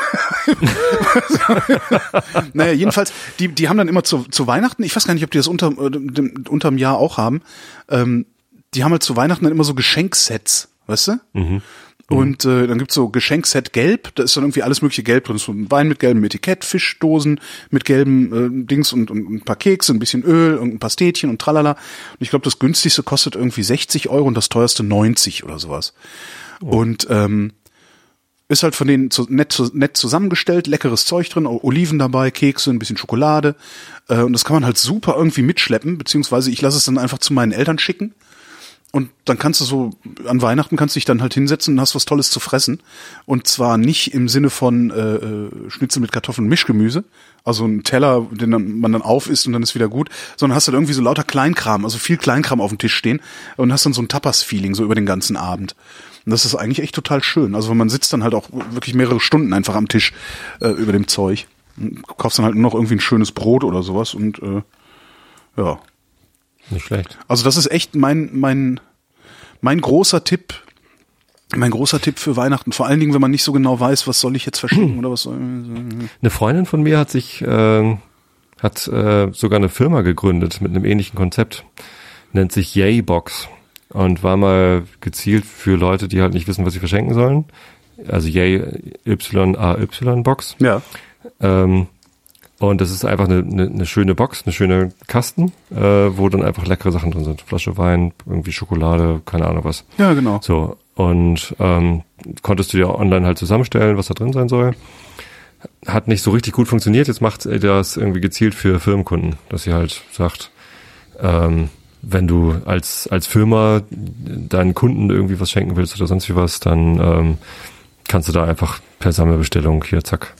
Naja, jedenfalls, die, die haben dann immer zu, zu Weihnachten, ich weiß gar nicht, ob die das unter, äh, unterm Jahr auch haben, ähm, die haben halt zu Weihnachten dann immer so Geschenksets, weißt du? Mhm. Und äh, dann gibt's so Geschenkset Gelb, da ist dann irgendwie alles mögliche Gelb drin. So ein Wein mit gelbem Etikett, Fischdosen mit gelben äh, Dings und, und ein paar Kekse, ein bisschen Öl und ein paar Städtchen und tralala. Und ich glaube, das günstigste kostet irgendwie sechzig Euro und das teuerste neunzig oder sowas. Oh. Und ähm, ist halt von denen zu, nett, zu, nett zusammengestellt, leckeres Zeug drin, Oliven dabei, Kekse, ein bisschen Schokolade. Äh, und das kann man halt super irgendwie mitschleppen, beziehungsweise ich lasse es dann einfach zu meinen Eltern schicken. Und dann kannst du so, an Weihnachten kannst du dich dann halt hinsetzen und hast was Tolles zu fressen. Und zwar nicht im Sinne von äh, Schnitzel mit Kartoffeln und Mischgemüse, also ein Teller, den dann, man dann aufisst und dann ist wieder gut, sondern hast dann irgendwie so lauter Kleinkram, also viel Kleinkram auf dem Tisch stehen und hast dann so ein Tapas-Feeling so über den ganzen Abend. Und das ist eigentlich echt total schön. Also man sitzt dann halt auch wirklich mehrere Stunden einfach am Tisch äh, über dem Zeug. Und kaufst dann halt nur noch irgendwie ein schönes Brot oder sowas und äh, ja. Nicht schlecht. Also das ist echt mein mein mein großer Tipp, mein großer Tipp für Weihnachten. Vor allen Dingen, wenn man nicht so genau weiß, was soll ich jetzt verschenken oder was soll. Eine Freundin von mir hat sich äh, hat äh, sogar eine Firma gegründet mit einem ähnlichen Konzept, nennt sich Yay-Box und war mal gezielt für Leute, die halt nicht wissen, was sie verschenken sollen. Also Yay Y A Y Box. Ja. Ähm, Und das ist einfach eine, eine, eine schöne Box, eine schöne Kasten, äh, wo dann einfach leckere Sachen drin sind. Flasche Wein, irgendwie Schokolade, keine Ahnung was. Ja, genau. So, und ähm, konntest du dir online halt zusammenstellen, was da drin sein soll. Hat nicht so richtig gut funktioniert. Jetzt macht er das irgendwie gezielt für Firmenkunden, dass sie halt sagt, ähm, wenn du als als Firma deinen Kunden irgendwie was schenken willst oder sonst wie was, dann ähm, kannst du da einfach per Sammelbestellung hier, zack.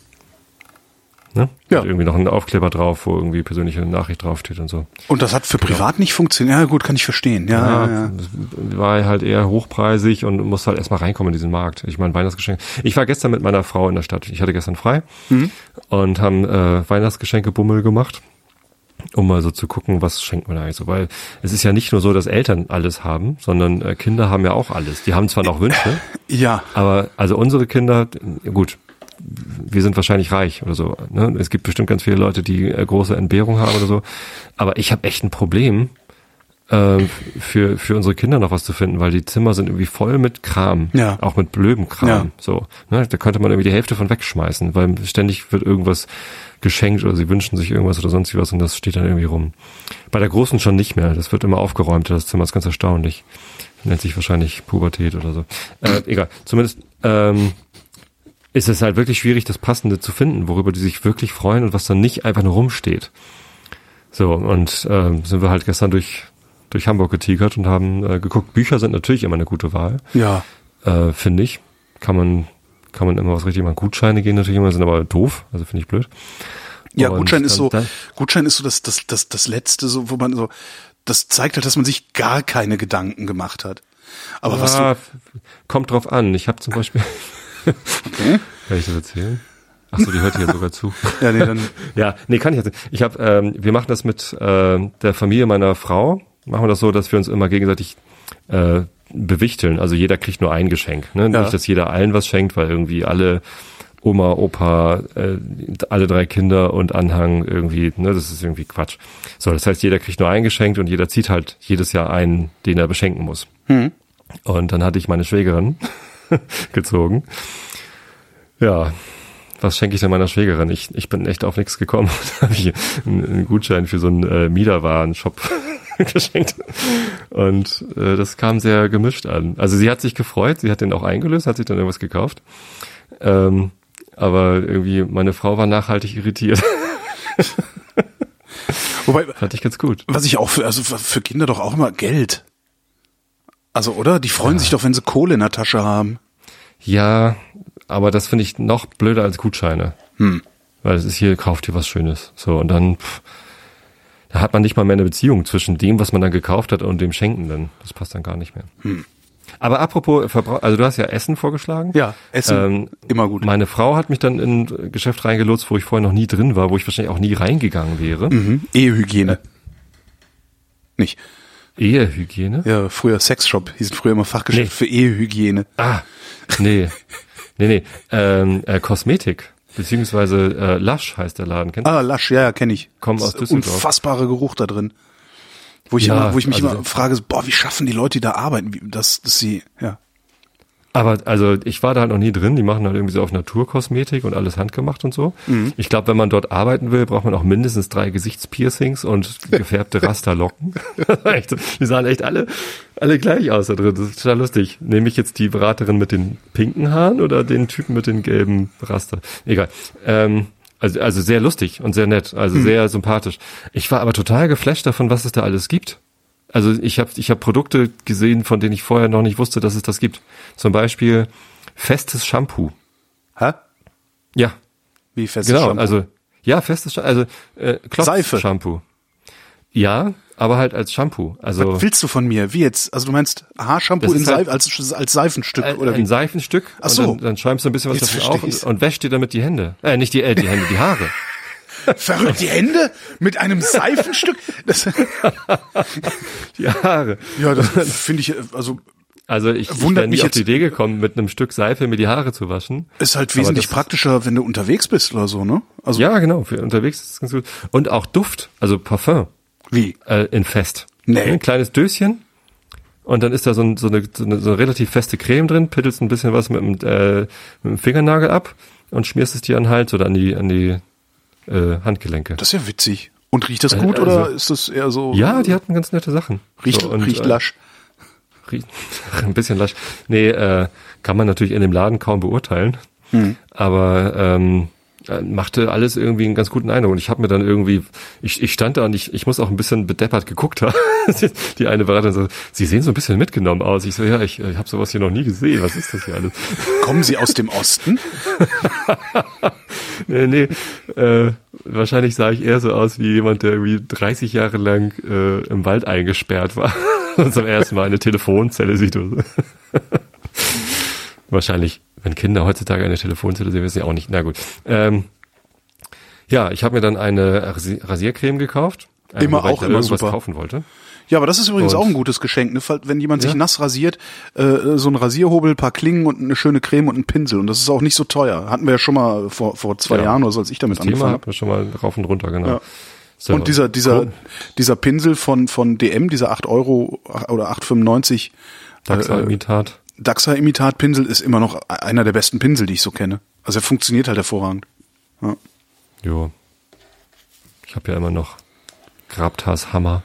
Ne? Ja. Und irgendwie noch ein Aufkleber drauf, wo irgendwie persönliche Nachricht draufsteht und so. Und das hat für privat nicht funktioniert. Ja, gut, kann ich verstehen. Ja, ja, ja, ja. Das war halt eher hochpreisig und musste halt erstmal reinkommen in diesen Markt. Ich meine, Weihnachtsgeschenke. Ich war gestern mit meiner Frau in der Stadt. Ich hatte gestern frei Mhm. und haben äh, Weihnachtsgeschenke-Bummel gemacht, um mal so zu gucken, was schenkt man eigentlich so. Weil es ist ja nicht nur so, dass Eltern alles haben, sondern äh, Kinder haben ja auch alles. Die haben zwar noch Wünsche, Ja, aber also unsere Kinder, gut, wir sind wahrscheinlich reich oder so. Ne? Es gibt bestimmt ganz viele Leute, die äh, große Entbehrung haben oder so. Aber ich habe echt ein Problem, äh, für für unsere Kinder noch was zu finden, weil die Zimmer sind irgendwie voll mit Kram, Ja. auch mit blödem Kram. Ja. So, ne? Da könnte man irgendwie die Hälfte von wegschmeißen, weil ständig wird irgendwas geschenkt oder sie wünschen sich irgendwas oder sonst was und das steht dann irgendwie rum. Bei der Großen schon nicht mehr. Das wird immer aufgeräumt. Das Zimmer ist ganz erstaunlich. Nennt sich wahrscheinlich Pubertät oder so. Äh, egal. Zumindest ähm, ist es halt wirklich schwierig, das Passende zu finden, worüber die sich wirklich freuen und was dann nicht einfach nur rumsteht. So, und ähm, sind wir halt gestern durch durch Hamburg getigert und haben äh, geguckt. Bücher sind natürlich immer eine gute Wahl, ja. äh, finde ich. Kann man kann man immer was richtig machen. Gutscheine gehen natürlich immer, sind aber doof, also finde ich blöd. Ja, Und Gutschein ist dann- so, dann- Gutschein ist so das, das, das, das Letzte, so, wo man so, das zeigt halt, dass man sich gar keine Gedanken gemacht hat. Aber was Ah, du, f- kommt drauf an. Ich habe zum Beispiel, okay. kann ich das erzählen? Ach so, die hört hier sogar zu. Ja, nee, dann, Ja, nee, kann ich jetzt nicht. Ich habe, ähm, wir machen das mit äh, der Familie meiner Frau. Machen wir das so, dass wir uns immer gegenseitig äh, bewichteln. Also jeder kriegt nur ein Geschenk. Ne? Ja. Nicht, dass jeder allen was schenkt, weil irgendwie alle Oma, Opa, äh, alle drei Kinder und Anhang irgendwie, ne, das ist irgendwie Quatsch. So, das heißt, jeder kriegt nur ein Geschenk und jeder zieht halt jedes Jahr einen, den er beschenken muss. hm. Und dann hatte ich meine Schwägerin gezogen. Ja, was schenke ich denn meiner Schwägerin? Ich, ich bin echt auf nichts gekommen. Da habe ich einen, einen Gutschein für so einen äh, Miederwaren-Shop geschenkt. Und äh, das kam sehr gemischt an. Also sie hat sich gefreut, sie hat den auch eingelöst, hat sich dann irgendwas gekauft. Ähm, aber irgendwie, meine Frau war nachhaltig irritiert. Wobei, Fand ich ganz gut. was ich auch für, also für Kinder doch auch immer Geld. Also, oder? Die freuen sich doch, wenn sie Kohle in der Tasche haben. Ja, aber das finde ich noch blöder als Gutscheine. Hm. Weil es ist hier, kauft dir was Schönes. So, und dann, pff, da hat man nicht mal mehr eine Beziehung zwischen dem, was man dann gekauft hat und dem Schenkenden. Das passt dann gar nicht mehr. Hm. Aber apropos Verbrauch, also du hast ja Essen vorgeschlagen. Ja, Essen, Ähm, immer gut. Meine Frau hat mich dann in ein Geschäft reingelotst, wo ich vorher noch nie drin war, wo ich wahrscheinlich auch nie reingegangen wäre. Mhm. Ehehygiene. Nicht. Ehehygiene? Ja, früher Sexshop, hießen früher immer Fachgeschäft Nee. für Ehehygiene. Ah, nee. nee, nee. Ähm, äh, Kosmetik. Beziehungsweise äh, Lush heißt der Laden. Kennst du? Ah, Lush, ja, ja, kenne ich. Komm aus Das ist Düsseldorf. Unfassbarer Geruch da drin. Wo ich, Ja, immer, wo ich mich also immer der- frage, so, boah, wie schaffen die Leute, die da arbeiten, wie, dass, dass sie, ja. Aber also ich war da halt noch nie drin. Die machen halt irgendwie so auf Naturkosmetik und alles handgemacht und so. Mhm. Ich glaube, wenn man dort arbeiten will, braucht man auch mindestens drei Gesichtspiercings und gefärbte Rasterlocken. Echt, die sahen echt alle alle gleich aus da drin. Das ist total lustig. Nehme ich jetzt die Beraterin mit den pinken Haaren oder den Typen mit den gelben Raster? Egal. Ähm, also, also sehr lustig und sehr nett. Also Mhm. sehr sympathisch. Ich war aber total geflasht davon, was es da alles gibt. Also ich habe ich hab Produkte gesehen, von denen ich vorher noch nicht wusste, dass es das gibt. Zum Beispiel festes Shampoo. Hä? Ja. Wie festes Genau, Shampoo? also ja, festes Shampoo, also äh, Seife. Shampoo. Ja, aber halt als Shampoo. Also Was willst du von mir? Wie jetzt? Also du meinst Haarshampoo Das in ist halt- Seife, als, als Seifenstück äh, oder wie? ein Seifenstück. Ach so. Und dann, dann schäumst du ein bisschen was Jetzt davon auf versteh ich's. und, und wäschst dir damit die Hände. Äh, nicht die, äh, die Hände, die Haare. Verrückt, die Hände mit einem Seifenstück? Das, Die Haare. ja, das finde ich, also Also ich, ich Wundert wäre mich nie auf jetzt- die Idee gekommen, mit einem Stück Seife mir die Haare zu waschen. ist halt Aber wesentlich das- praktischer, wenn du unterwegs bist oder so, ne? Also Ja, genau, für unterwegs ist es ganz gut. Und auch Duft, also Parfum, wie? äh, in fest. Nee. Ein kleines Döschen und dann ist da so, ein, so, eine, so, eine, so eine relativ feste Creme drin, pittelst ein bisschen was mit dem, äh, mit dem Fingernagel ab und schmierst es dir an den Hals oder an die, an die äh, Handgelenke. Das ist ja witzig. Und riecht das Äh, gut also- oder ist das eher so? Ja, die hatten ganz nette Sachen. Riecht, So, und, riecht äh, lasch. Riecht ein bisschen lasch. Nee, äh, kann man natürlich in dem Laden kaum beurteilen. Hm. Aber ähm, äh, machte alles irgendwie einen ganz guten Eindruck. Und ich habe mir dann irgendwie, ich, ich stand da und ich, ich muss auch ein bisschen bedeppert geguckt haben. Die eine Beraterin so, Sie sehen so ein bisschen mitgenommen aus. Ich so, ja, ich, ich habe sowas hier noch nie gesehen. Was ist das hier alles? Kommen Sie aus dem Osten? Nee, nee, äh, wahrscheinlich sah ich eher so aus wie jemand, der irgendwie dreißig Jahre lang äh, im Wald eingesperrt war und zum ersten Mal eine Telefonzelle sieht. Oder so. Wahrscheinlich, wenn Kinder heutzutage eine Telefonzelle sehen, wissen sie auch nicht. Na gut. Ähm, ja, ich habe mir dann eine Rasi- Rasiercreme gekauft. äh, Immer weil auch ich da immer irgendwas super. kaufen wollte. Ja, aber das ist übrigens Und- auch ein gutes Geschenk, ne? Fall- Wenn jemand sich Ja. nass rasiert, äh, so ein Rasierhobel, paar Klingen und eine schöne Creme und ein Pinsel. Und das ist auch nicht so teuer. Hatten wir ja schon mal vor, vor zwei Ja. Jahren oder so, als ich damit Das Thema angefangen hat mir schon mal rauf und runter, genau. Ja. So. Und dieser, dieser, Cool. dieser Pinsel von, von D M, dieser acht Euro oder acht fünfundneunzig Daxa-Imitat. Daxa-Imitat-Pinsel ist immer noch einer der besten Pinsel, die ich so kenne. Also er funktioniert halt hervorragend. Ja. Jo. Ich habe ja immer noch Grabtas Hammer.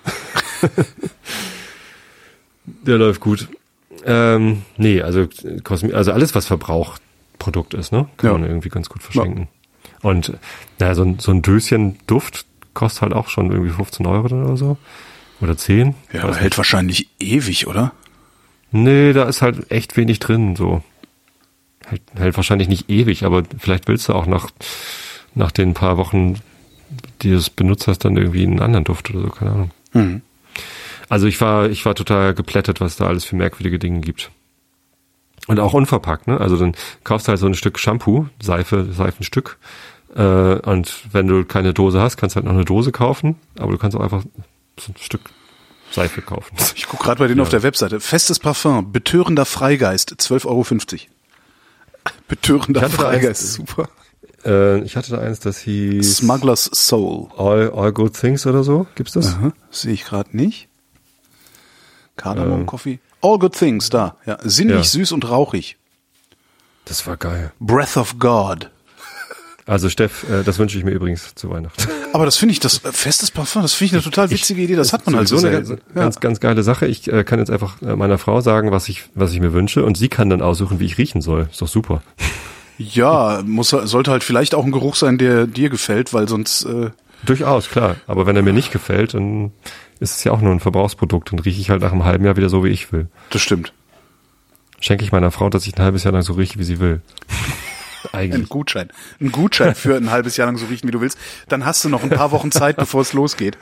Der läuft gut. Ähm, nee, also Kosmi also alles, was Verbrauchprodukt ist, ne? Kann Ja. man irgendwie ganz gut verschenken. Und naja, so ein, so ein Döschen Duft kostet halt auch schon irgendwie fünfzehn Euro oder so. Oder zehn. Ja, aber hält wahrscheinlich ewig, oder? Nee, da ist halt echt wenig drin, so. Hält, hält wahrscheinlich nicht ewig, aber vielleicht willst du auch nach, nach den paar Wochen, die du es benutzt hast, dann irgendwie einen anderen Duft oder so, keine Ahnung. Mhm. Also ich war, ich war total geplättet, was da alles für merkwürdige Dinge gibt. Und auch unverpackt, ne? Also dann kaufst du halt so ein Stück Shampoo, Seife, Seifenstück. Äh, und wenn du keine Dose hast, kannst du halt noch eine Dose kaufen, aber du kannst auch einfach so ein Stück Seife kaufen. Ich gucke gerade bei denen Ja. auf der Webseite. Festes Parfum, betörender Freigeist, zwölf Euro fünfzig. Betörender Ich hatte da Freigeist, eins- super. Äh, ich hatte da eins, das hieß Smuggler's Soul. All, All Good Things oder so. Gibt's das? Aha, sehe ich gerade nicht. Kardamom, Coffee. All Good Things, da. Ja, sinnig, Ja. süß und rauchig. Das war geil. Breath of God. Also Steff, äh, das wünsche ich mir übrigens zu Weihnachten. Aber das finde ich, das äh, festes Parfum, das finde ich eine total witzige Idee. Das hat man halt so Sowieso eine selten. ganz, ganz, ganz geile Sache. Ich äh, kann jetzt einfach äh, meiner Frau sagen, was ich, was ich mir wünsche, und sie kann dann aussuchen, wie ich riechen soll. Ist doch super. Ja, muss, sollte halt vielleicht auch ein Geruch sein, der dir gefällt, weil sonst, äh, Durchaus, klar. Aber wenn er mir nicht gefällt, dann ist es ja auch nur ein Verbrauchsprodukt und rieche ich halt nach einem halben Jahr wieder so, wie ich will. das stimmt. Schenke ich meiner Frau, dass ich ein halbes Jahr lang so rieche, wie sie will. Ein Eigentlich. Gutschein. Ein Gutschein für ein halbes Jahr lang so riechen, wie du willst. Dann hast du noch ein paar Wochen Zeit, bevor es losgeht.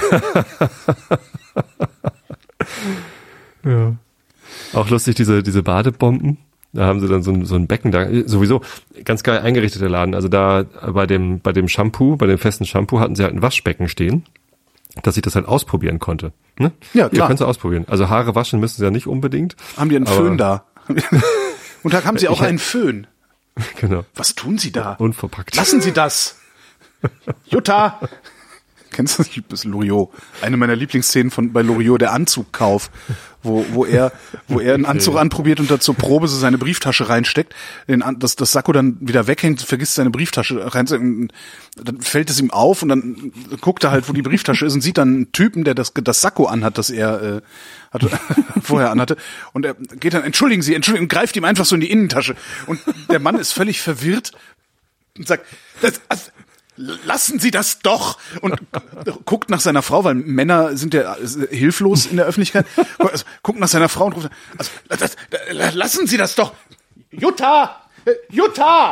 Ja. Auch lustig, diese, diese Badebomben. Da haben sie dann so ein, so ein Becken da, sowieso ganz geil eingerichteter Laden. Also da bei dem, bei dem Shampoo, bei dem festen Shampoo hatten sie halt ein Waschbecken stehen, dass ich das halt ausprobieren konnte. Ne? Ja, klar. Ihr könnt es ausprobieren. Also Haare waschen müssen sie ja nicht unbedingt. Haben die einen Aber- Föhn da? Und da haben sie auch Ich hab- einen Föhn. Genau. Was tun sie da? Unverpackt. Lassen Sie das! Jutta! Kennst du das? Das ist Loriot. Eine meiner Lieblingsszenen von bei Loriot, der Anzugkauf, wo wo er wo er einen Anzug anprobiert und da zur Probe so seine Brieftasche reinsteckt, den An- das das Sakko dann wieder weghängt, vergisst seine Brieftasche rein, dann fällt es ihm auf und dann guckt er halt, wo die Brieftasche ist und sieht dann einen Typen, der das das Sakko anhat, das er äh, hatte, vorher anhatte, und er geht dann, entschuldigen Sie, entschuldigen, und greift ihm einfach so in die Innentasche und der Mann ist völlig verwirrt und sagt, das, das lassen Sie das doch! Und guckt nach seiner Frau, weil Männer sind ja hilflos in der Öffentlichkeit. Also, guckt nach seiner Frau und ruft, also, das, das, lassen Sie das doch! Jutta! Jutta!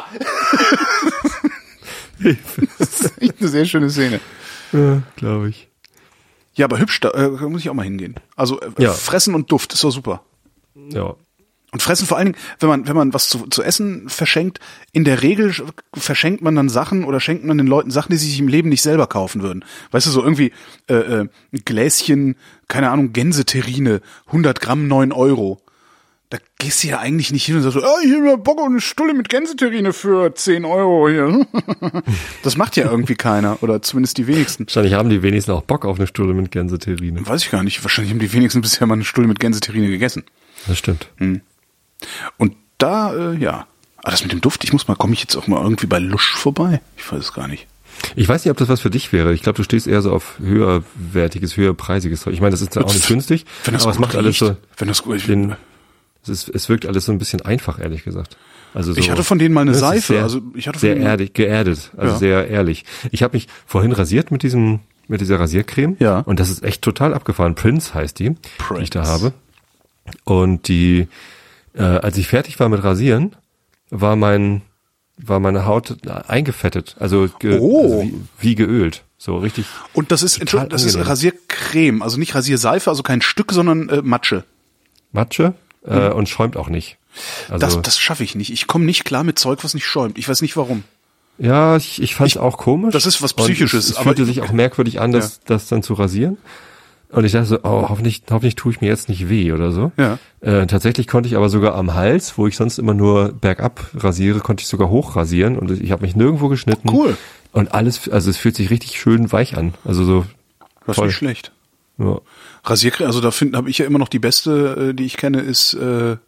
Das ist echt eine sehr schöne Szene. Ja, glaube ich. Ja, aber hübsch, da äh, muss ich auch mal hingehen. Also äh, Ja. Fressen und Duft ist doch super. Ja. Und Fressen vor allen Dingen, wenn man wenn man was zu, zu essen verschenkt, in der Regel verschenkt man dann Sachen oder schenkt man den Leuten Sachen, die sie sich im Leben nicht selber kaufen würden. Weißt du, so irgendwie äh, äh, ein Gläschen, keine Ahnung, Gänseterrine, hundert Gramm, neun Euro. Da gehst du ja eigentlich nicht hin und sagst so, oh, hier hab Bock auf eine Stulle mit Gänseterrine für zehn Euro hier. Das macht ja irgendwie keiner oder zumindest die wenigsten. Wahrscheinlich haben die wenigsten auch Bock auf eine Stulle mit Gänseterrine. Weiß ich gar nicht. Wahrscheinlich haben die wenigsten bisher mal eine Stulle mit Gänseterrine gegessen. Das stimmt. Und da, äh, ja. Aber das mit dem Duft, ich muss mal, komme ich jetzt auch mal irgendwie bei Lusch vorbei? Ich weiß es gar nicht. Ich weiß nicht, ob das was für dich wäre. Ich glaube, du stehst eher so auf höherwertiges, höherpreisiges Zeug. Ich meine, das ist ja auch nicht günstig, Wenn das aber es gut macht alles so, riecht. Wenn das gut, ich, den, es, ist, es wirkt alles so ein bisschen einfach, ehrlich gesagt. Also so, ich hatte von denen mal eine das ist Seife. Sehr, also ich hatte von sehr denen erdig, geerdet, also Ja. sehr ehrlich. Ich habe mich vorhin rasiert mit diesem, mit dieser Rasiercreme. Ja. Und das ist echt total abgefahren. Prince heißt die, die ich da Prince. habe. Und die, äh, als ich fertig war mit Rasieren, war mein, war meine Haut eingefettet, also, ge, Oh. also wie, wie geölt, so richtig. Und das ist, Entschuldigung, das ist angenehm. Rasiercreme, also nicht Rasierseife, also kein Stück, sondern äh, Matsche. Matsche äh, und schäumt auch nicht. Also Das, das schaffe ich nicht. Ich komme nicht klar mit Zeug, was nicht schäumt. Ich weiß nicht warum. ja, ich, ich fand es auch komisch. das ist was Und Psychisches, Es, es aber fühlte ich- sich auch merkwürdig an, das, das dann zu rasieren. Und ich dachte so, oh, hoffentlich, hoffentlich tue ich mir jetzt nicht weh oder so. Ja. Äh, tatsächlich konnte ich aber sogar am Hals, wo ich sonst immer nur bergab rasiere, konnte ich sogar hoch rasieren und ich habe mich nirgendwo geschnitten. Cool. Und alles, also es fühlt sich richtig schön weich an. Also so Das ist toll. nicht schlecht. Ja. Rasiercreme, also da finde habe ich ja immer noch die beste, äh, die ich kenne, ist äh,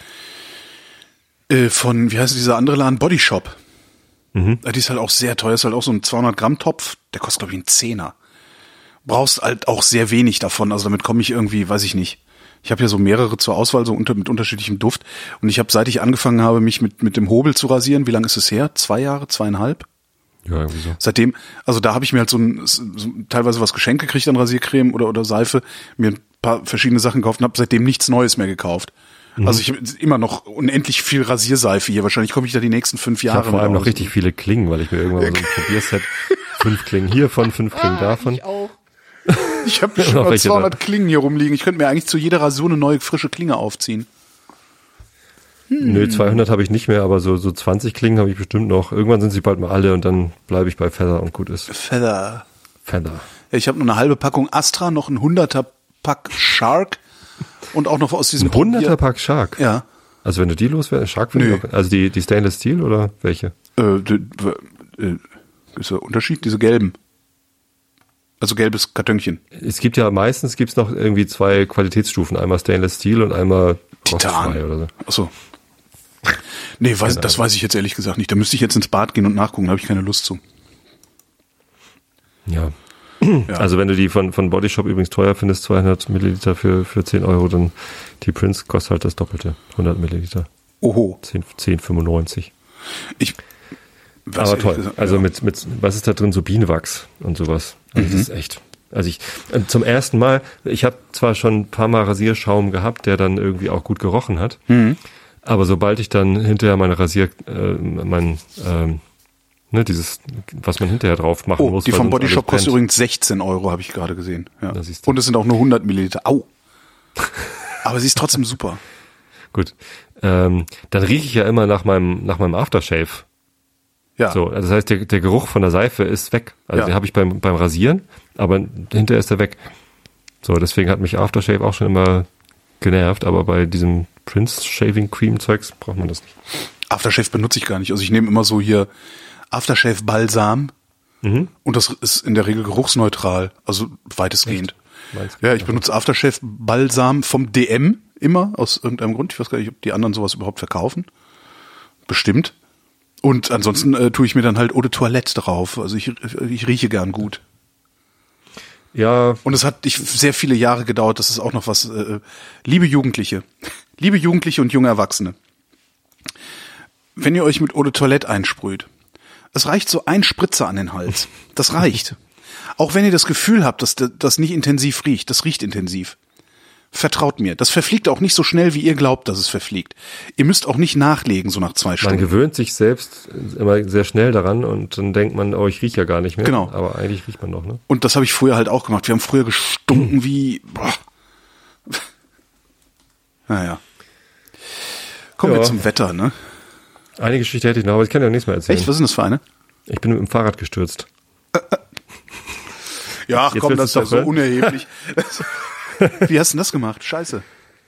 äh, von, wie heißt dieser andere Laden? Body Shop. Mhm. Die ist halt auch sehr teuer, ist halt auch so ein zweihundert Gramm Topf, der kostet glaube ich einen Zehner. Brauchst halt auch sehr wenig davon, also damit komme ich irgendwie, weiß ich nicht. Ich habe ja so mehrere zur Auswahl, so unter, mit unterschiedlichem Duft. Und ich habe, seit ich angefangen habe, mich mit mit dem Hobel zu rasieren, wie lange ist es her? Zwei Jahre, zweieinhalb? Ja, irgendwie so. Seitdem, also da habe ich mir halt so, ein, so teilweise was geschenkt gekriegt an Rasiercreme oder oder Seife, mir ein paar verschiedene Sachen gekauft und habe seitdem nichts Neues mehr gekauft. Mhm. Also ich habe immer noch unendlich viel Rasierseife hier. Wahrscheinlich komme ich da die nächsten fünf Ich habe Jahre vor allem mit noch aus. richtig viele Klingen, weil ich mir irgendwann mal so ein Probierset, fünf Klingen hiervon, fünf Klingen davon. auch. Ich habe schon Noch mal welche zweihundert Klingen hier rumliegen. Ich könnte mir eigentlich zu jeder Rasur eine neue frische Klinge aufziehen. Nö, zweihundert habe ich nicht mehr, aber so, so zwanzig Klingen habe ich bestimmt noch. Irgendwann sind sie bald mal alle und dann bleibe ich bei Feather und gut ist. Feather. Feather. Ja, ich habe nur eine halbe Packung Astra, noch ein hunderter Pack Shark und auch noch aus diesem Ein hunderter Probier- Pack Shark? Ja. Also wenn du die loswärst, Shark finde ich Nö. auch, also die, die Stainless Steel oder welche? Äh, d- w- äh, ist der Unterschied? Diese gelben. Also gelbes Kartönchen. Es gibt ja meistens gibt's noch irgendwie zwei Qualitätsstufen, einmal Stainless Steel und einmal Titan. rostfrei oder so. Achso. Nee, weiß, das weiß ich jetzt ehrlich gesagt nicht. Da müsste ich jetzt ins Bad gehen und nachgucken, da habe ich keine Lust zu. Ja. Ja. Also wenn du die von, von Body Shop übrigens teuer findest, zweihundert Milliliter für, für zehn Euro, dann die Prince kostet halt das Doppelte, hundert Milliliter, Oho. zehn, zehn fünfundneunzig. Ich weiß Aber ehrlich toll. gesagt, Also ja. mit, mit, was ist da drin? So Bienenwachs und sowas. Also Mhm. das ist echt. Also ich, äh, zum ersten Mal, ich habe zwar schon ein paar Mal Rasierschaum gehabt, der dann irgendwie auch gut gerochen hat, Mhm. aber sobald ich dann hinterher meine Rasier, äh, mein, ähm, ne, dieses, was man hinterher drauf machen Oh, muss. die weil vom sonst Body alles Shop kostet brennt. übrigens sechzehn Euro, habe ich gerade gesehen. Ja. Da siehst du. Und es sind auch nur hundert Milliliter. Au. Aber sie ist trotzdem super. Gut. Ähm, dann rieche ich ja immer nach meinem, nach meinem Aftershave. Ja. So, also das heißt, der, der Geruch von der Seife ist weg. Also Ja. den habe ich beim, beim Rasieren, aber hinterher ist er weg. So, deswegen hat mich Aftershave auch schon immer genervt, aber bei diesem Prince Shaving Cream Zeugs braucht man das nicht. Aftershave benutze ich gar nicht. Also ich nehme immer so hier Aftershave Balsam Mhm. und das ist in der Regel geruchsneutral, also weitestgehend. Meinst du? Ja, ich benutze Aftershave Balsam vom D M immer, aus irgendeinem Grund. Ich weiß gar nicht, ob die anderen sowas überhaupt verkaufen. Bestimmt. Und ansonsten äh, tue ich mir dann halt Eau de Toilette drauf. Also ich, ich rieche gern gut. Ja, Und es hat ich, sehr viele Jahre gedauert, das ist auch noch was, äh, liebe Jugendliche, liebe Jugendliche und junge Erwachsene, wenn ihr euch mit Eau de Toilette einsprüht, Es reicht so ein Spritzer an den Hals. Das reicht. Auch wenn ihr das Gefühl habt, dass das nicht intensiv riecht. Das riecht intensiv. Vertraut mir. Das verfliegt auch nicht so schnell, wie ihr glaubt, dass es verfliegt. Ihr müsst auch nicht nachlegen, so nach zwei Stunden. Man gewöhnt sich selbst immer sehr schnell daran und dann denkt man, oh, ich rieche ja gar nicht mehr. Genau. Aber eigentlich riecht man noch, ne? Und das habe ich früher halt auch gemacht. Wir haben früher gestunken wie... Boah. Naja. Kommen ja. wir zum Wetter, ne? Eine Geschichte hätte ich noch, aber ich kann ja nichts mehr erzählen. Echt? Was ist denn das für eine? Ich bin mit dem Fahrrad gestürzt. Ja, ach, Jetzt komm, das ist ja doch, so ne? unerheblich. Wie hast du denn das gemacht? Scheiße.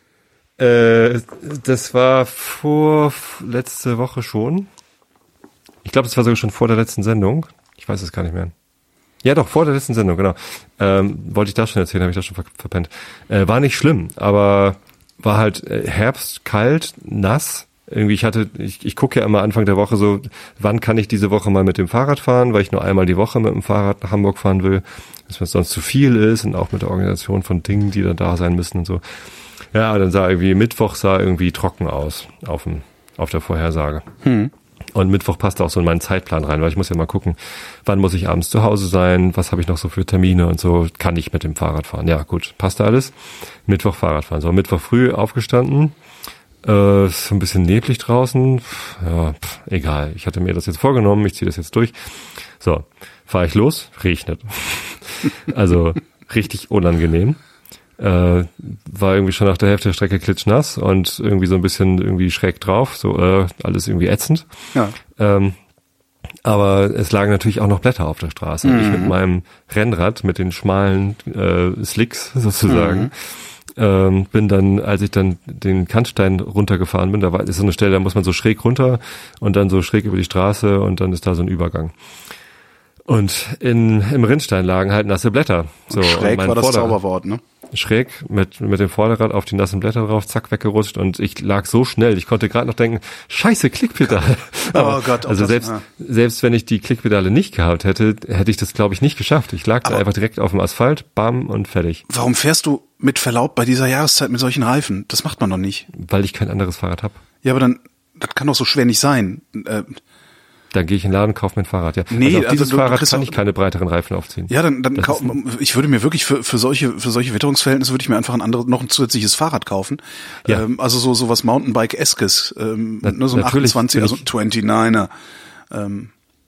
Äh, das war vor letzte Woche schon. Ich glaube, das war sogar schon vor der letzten Sendung. Ich weiß es gar nicht mehr. Ja, doch, vor der letzten Sendung, genau. Ähm, wollte ich das schon erzählen, habe ich das schon ver- verpennt. Äh, war nicht schlimm, aber war halt äh, Herbst, kalt, nass. Irgendwie, ich hatte, ich, ich gucke ja immer Anfang der Woche so, wann kann ich diese Woche mal mit dem Fahrrad fahren, weil ich nur einmal die Woche mit dem Fahrrad nach Hamburg fahren will, dass mir sonst zu viel ist und auch mit der Organisation von Dingen, die dann da sein müssen und so. Ja, dann sah irgendwie, Mittwoch sah irgendwie trocken aus auf dem, auf der Vorhersage. Hm. Und Mittwoch passt auch so in meinen Zeitplan rein, weil ich muss ja mal gucken, wann muss ich abends zu Hause sein, was habe ich noch so für Termine und so, kann ich mit dem Fahrrad fahren. Ja, gut, passt da alles. Mittwoch Fahrrad fahren. So, Mittwoch früh aufgestanden, äh, ist so ein bisschen neblig draußen. Ja, pff, egal, ich hatte mir das jetzt vorgenommen, ich ziehe das jetzt durch. So, fahre ich los, regnet. Also richtig unangenehm. Äh, war irgendwie schon nach der Hälfte der Strecke klitschnass und irgendwie so ein bisschen irgendwie schräg drauf, so äh, alles irgendwie ätzend. Ja. Ähm, aber es lagen natürlich auch noch Blätter auf der Straße. Mhm. Ich mit meinem Rennrad, mit den schmalen äh, Slicks sozusagen, mhm. ähm, bin dann, als ich dann den Kannstein runtergefahren bin, da war ist so eine Stelle, da muss man so schräg runter und dann so schräg über die Straße und dann ist da so ein Übergang. Und in, im Rinnstein lagen halt nasse Blätter. So, schräg und mein war das Vorderrad, Zauberwort, ne? Schräg mit mit dem Vorderrad auf die nassen Blätter drauf, zack, weggerutscht und ich lag so schnell, ich konnte gerade noch denken, scheiße, Klickpedale. Oh Gott, oh also Gott, selbst ja. selbst wenn ich die Klickpedale nicht gehabt hätte, hätte ich das, glaube ich, nicht geschafft. Ich lag da einfach direkt auf dem Asphalt, bam und fertig. Warum fährst du mit Verlaub bei dieser Jahreszeit mit solchen Reifen? Das macht man doch nicht. Weil ich kein anderes Fahrrad habe. Ja, aber dann, das kann doch so schwer nicht sein. Äh, Dann gehe ich in den Laden, kaufe mir ein Fahrrad. Ja. Nee, also auf also dieses du- du Fahrrad kriegst kann auch- ich keine breiteren Reifen aufziehen. Ja, dann, dann Das kau- ich würde mir wirklich für, für solche, für solche Witterungsverhältnisse würde ich mir einfach ein anderes, noch ein zusätzliches Fahrrad kaufen. Ja. Ähm, also so, so was Mountainbike-eskes, ähm, Na- ne, so ein natürlich achtundzwanziger, bin so ein ich- twenty-niner. Ähm,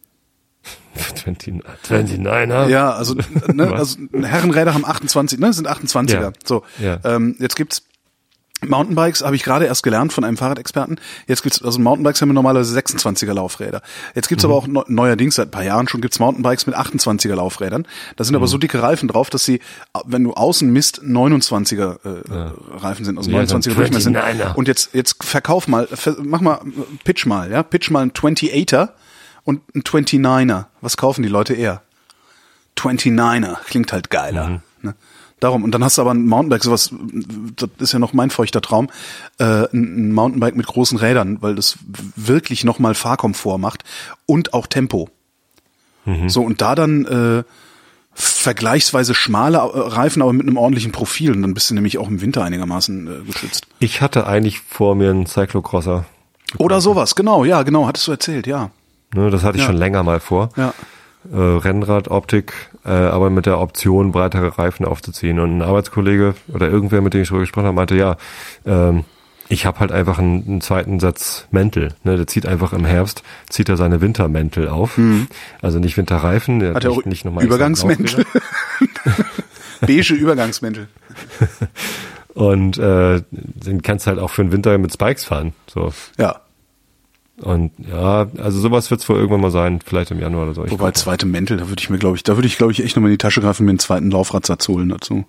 neunundzwanziger ja, also, ne, also Herrenräder haben achtundzwanzig, ne, sind achtundzwanziger. Ja. So, Ja. ähm, jetzt gibt's Mountainbikes, habe ich gerade erst gelernt von einem Fahrradexperten. Jetzt gibt's, also Mountainbikes haben normalerweise sechsundzwanziger Laufräder. Jetzt gibt's Mhm. aber auch neu- neuerdings, seit ein paar Jahren schon, gibt's Mountainbikes mit achtundzwanziger Laufrädern. Da sind Mhm. aber so dicke Reifen drauf, dass sie, wenn du außen misst, neunundzwanziger äh, Ja. Reifen sind, also Ja, neunundzwanziger so ein Durchmesser sind. neunundneunziger. Und jetzt, jetzt verkauf mal, ver, mach mal, pitch mal, ja, pitch mal einen twenty-eighter und einen twenty-niner. Was kaufen die Leute eher? twenty-niner, klingt halt geiler. Mhm. Ne? Darum, und dann hast du aber ein Mountainbike, sowas, das ist ja noch mein feuchter Traum, äh, ein Mountainbike mit großen Rädern, weil das wirklich nochmal Fahrkomfort macht und auch Tempo. Mhm. So, und da dann äh, vergleichsweise schmale äh, Reifen, aber mit einem ordentlichen Profil, und dann bist du nämlich auch im Winter einigermaßen äh, geschützt. Ich hatte eigentlich vor mir einen Cyclocrosser. Oder sowas, genau, ja, genau, hattest du erzählt, ja. Ne, das hatte ich Ja. schon länger mal vor. Ja. Äh, Rennrad, Optik, äh, aber mit der Option, breitere Reifen aufzuziehen. Und ein Arbeitskollege oder irgendwer, mit dem ich darüber gesprochen habe, meinte, ja, ähm, ich habe halt einfach einen, einen zweiten Satz Mäntel. Ne? Der zieht einfach im Herbst, zieht er seine Wintermäntel auf. Mhm. Also nicht Winterreifen. Der Hat er nicht, auch nicht nochmal Übergangsmäntel? Beige Übergangsmäntel. Und äh, den kannst du halt auch für den Winter mit Spikes fahren. So. Ja. Und ja, also sowas wird's wohl irgendwann mal sein, vielleicht im Januar oder so. Ich Wobei guck mal. zweite Mäntel, da würde ich mir, glaube ich, da würde ich, glaube ich, echt nochmal in die Tasche greifen und mir einen zweiten Laufradsatz holen dazu.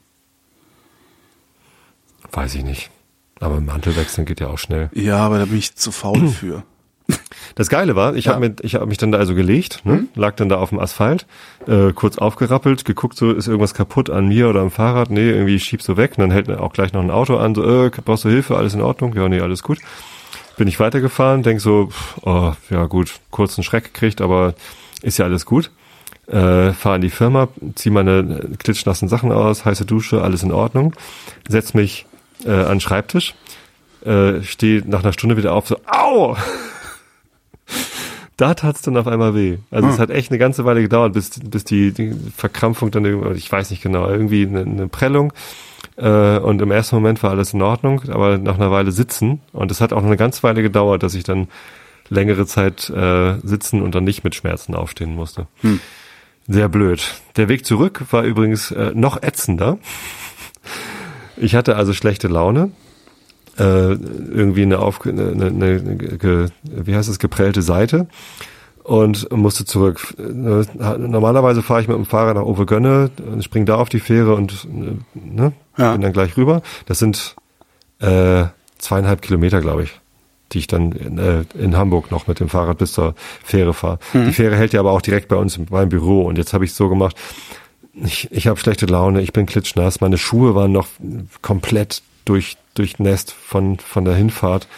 Weiß ich nicht. Aber Mantel wechseln geht ja auch schnell. Ja, aber da bin ich zu faul für. Das Geile war, ich Ja. habe hab, ich hab mich dann da also gelegt, ne? Mhm. Lag dann da auf dem Asphalt, äh, kurz aufgerappelt, geguckt, so ist irgendwas kaputt an mir oder am Fahrrad, nee, irgendwie schiebst du weg, und dann hält auch gleich noch ein Auto an, so, äh, brauchst du Hilfe, alles in Ordnung? Ja, nee, alles gut. Bin ich weitergefahren, denk so, pff, oh, ja gut, kurzen Schreck gekriegt, aber ist ja alles gut. Äh, fahr in die Firma, zieh meine klitschnassen Sachen aus, heiße Dusche, alles in Ordnung, setz mich äh, an den Schreibtisch, äh, stehe nach einer Stunde wieder auf, so, au! da tat's dann auf einmal weh. Also hm. es hat echt eine ganze Weile gedauert, bis bis die, die Verkrampfung dann irgendwie, ich weiß nicht genau, irgendwie eine, eine Prellung. Äh, und im ersten Moment war alles in Ordnung, aber nach einer Weile sitzen. Und es hat auch eine ganze Weile gedauert, dass ich dann längere Zeit äh, sitzen und dann nicht mit Schmerzen aufstehen musste. Hm. Sehr blöd. Der Weg zurück war übrigens äh, noch ätzender. Ich hatte also schlechte Laune. Äh, irgendwie eine, auf, eine, eine, eine ge, wie heißt es, geprellte Seite und musste zurück. Normalerweise fahre ich mit dem Fahrrad nach Obergönne, springe da auf die Fähre und ne, ja. bin dann gleich rüber. Das sind äh, zweieinhalb Kilometer, glaube ich, die ich dann in, äh, in Hamburg noch mit dem Fahrrad bis zur Fähre fahre. Mhm. Die Fähre hält ja aber auch direkt bei uns in meinem Büro und jetzt habe ich es so gemacht, ich, ich habe schlechte Laune, ich bin klitschnass, meine Schuhe waren noch komplett durch durchnässt von von der Hinfahrt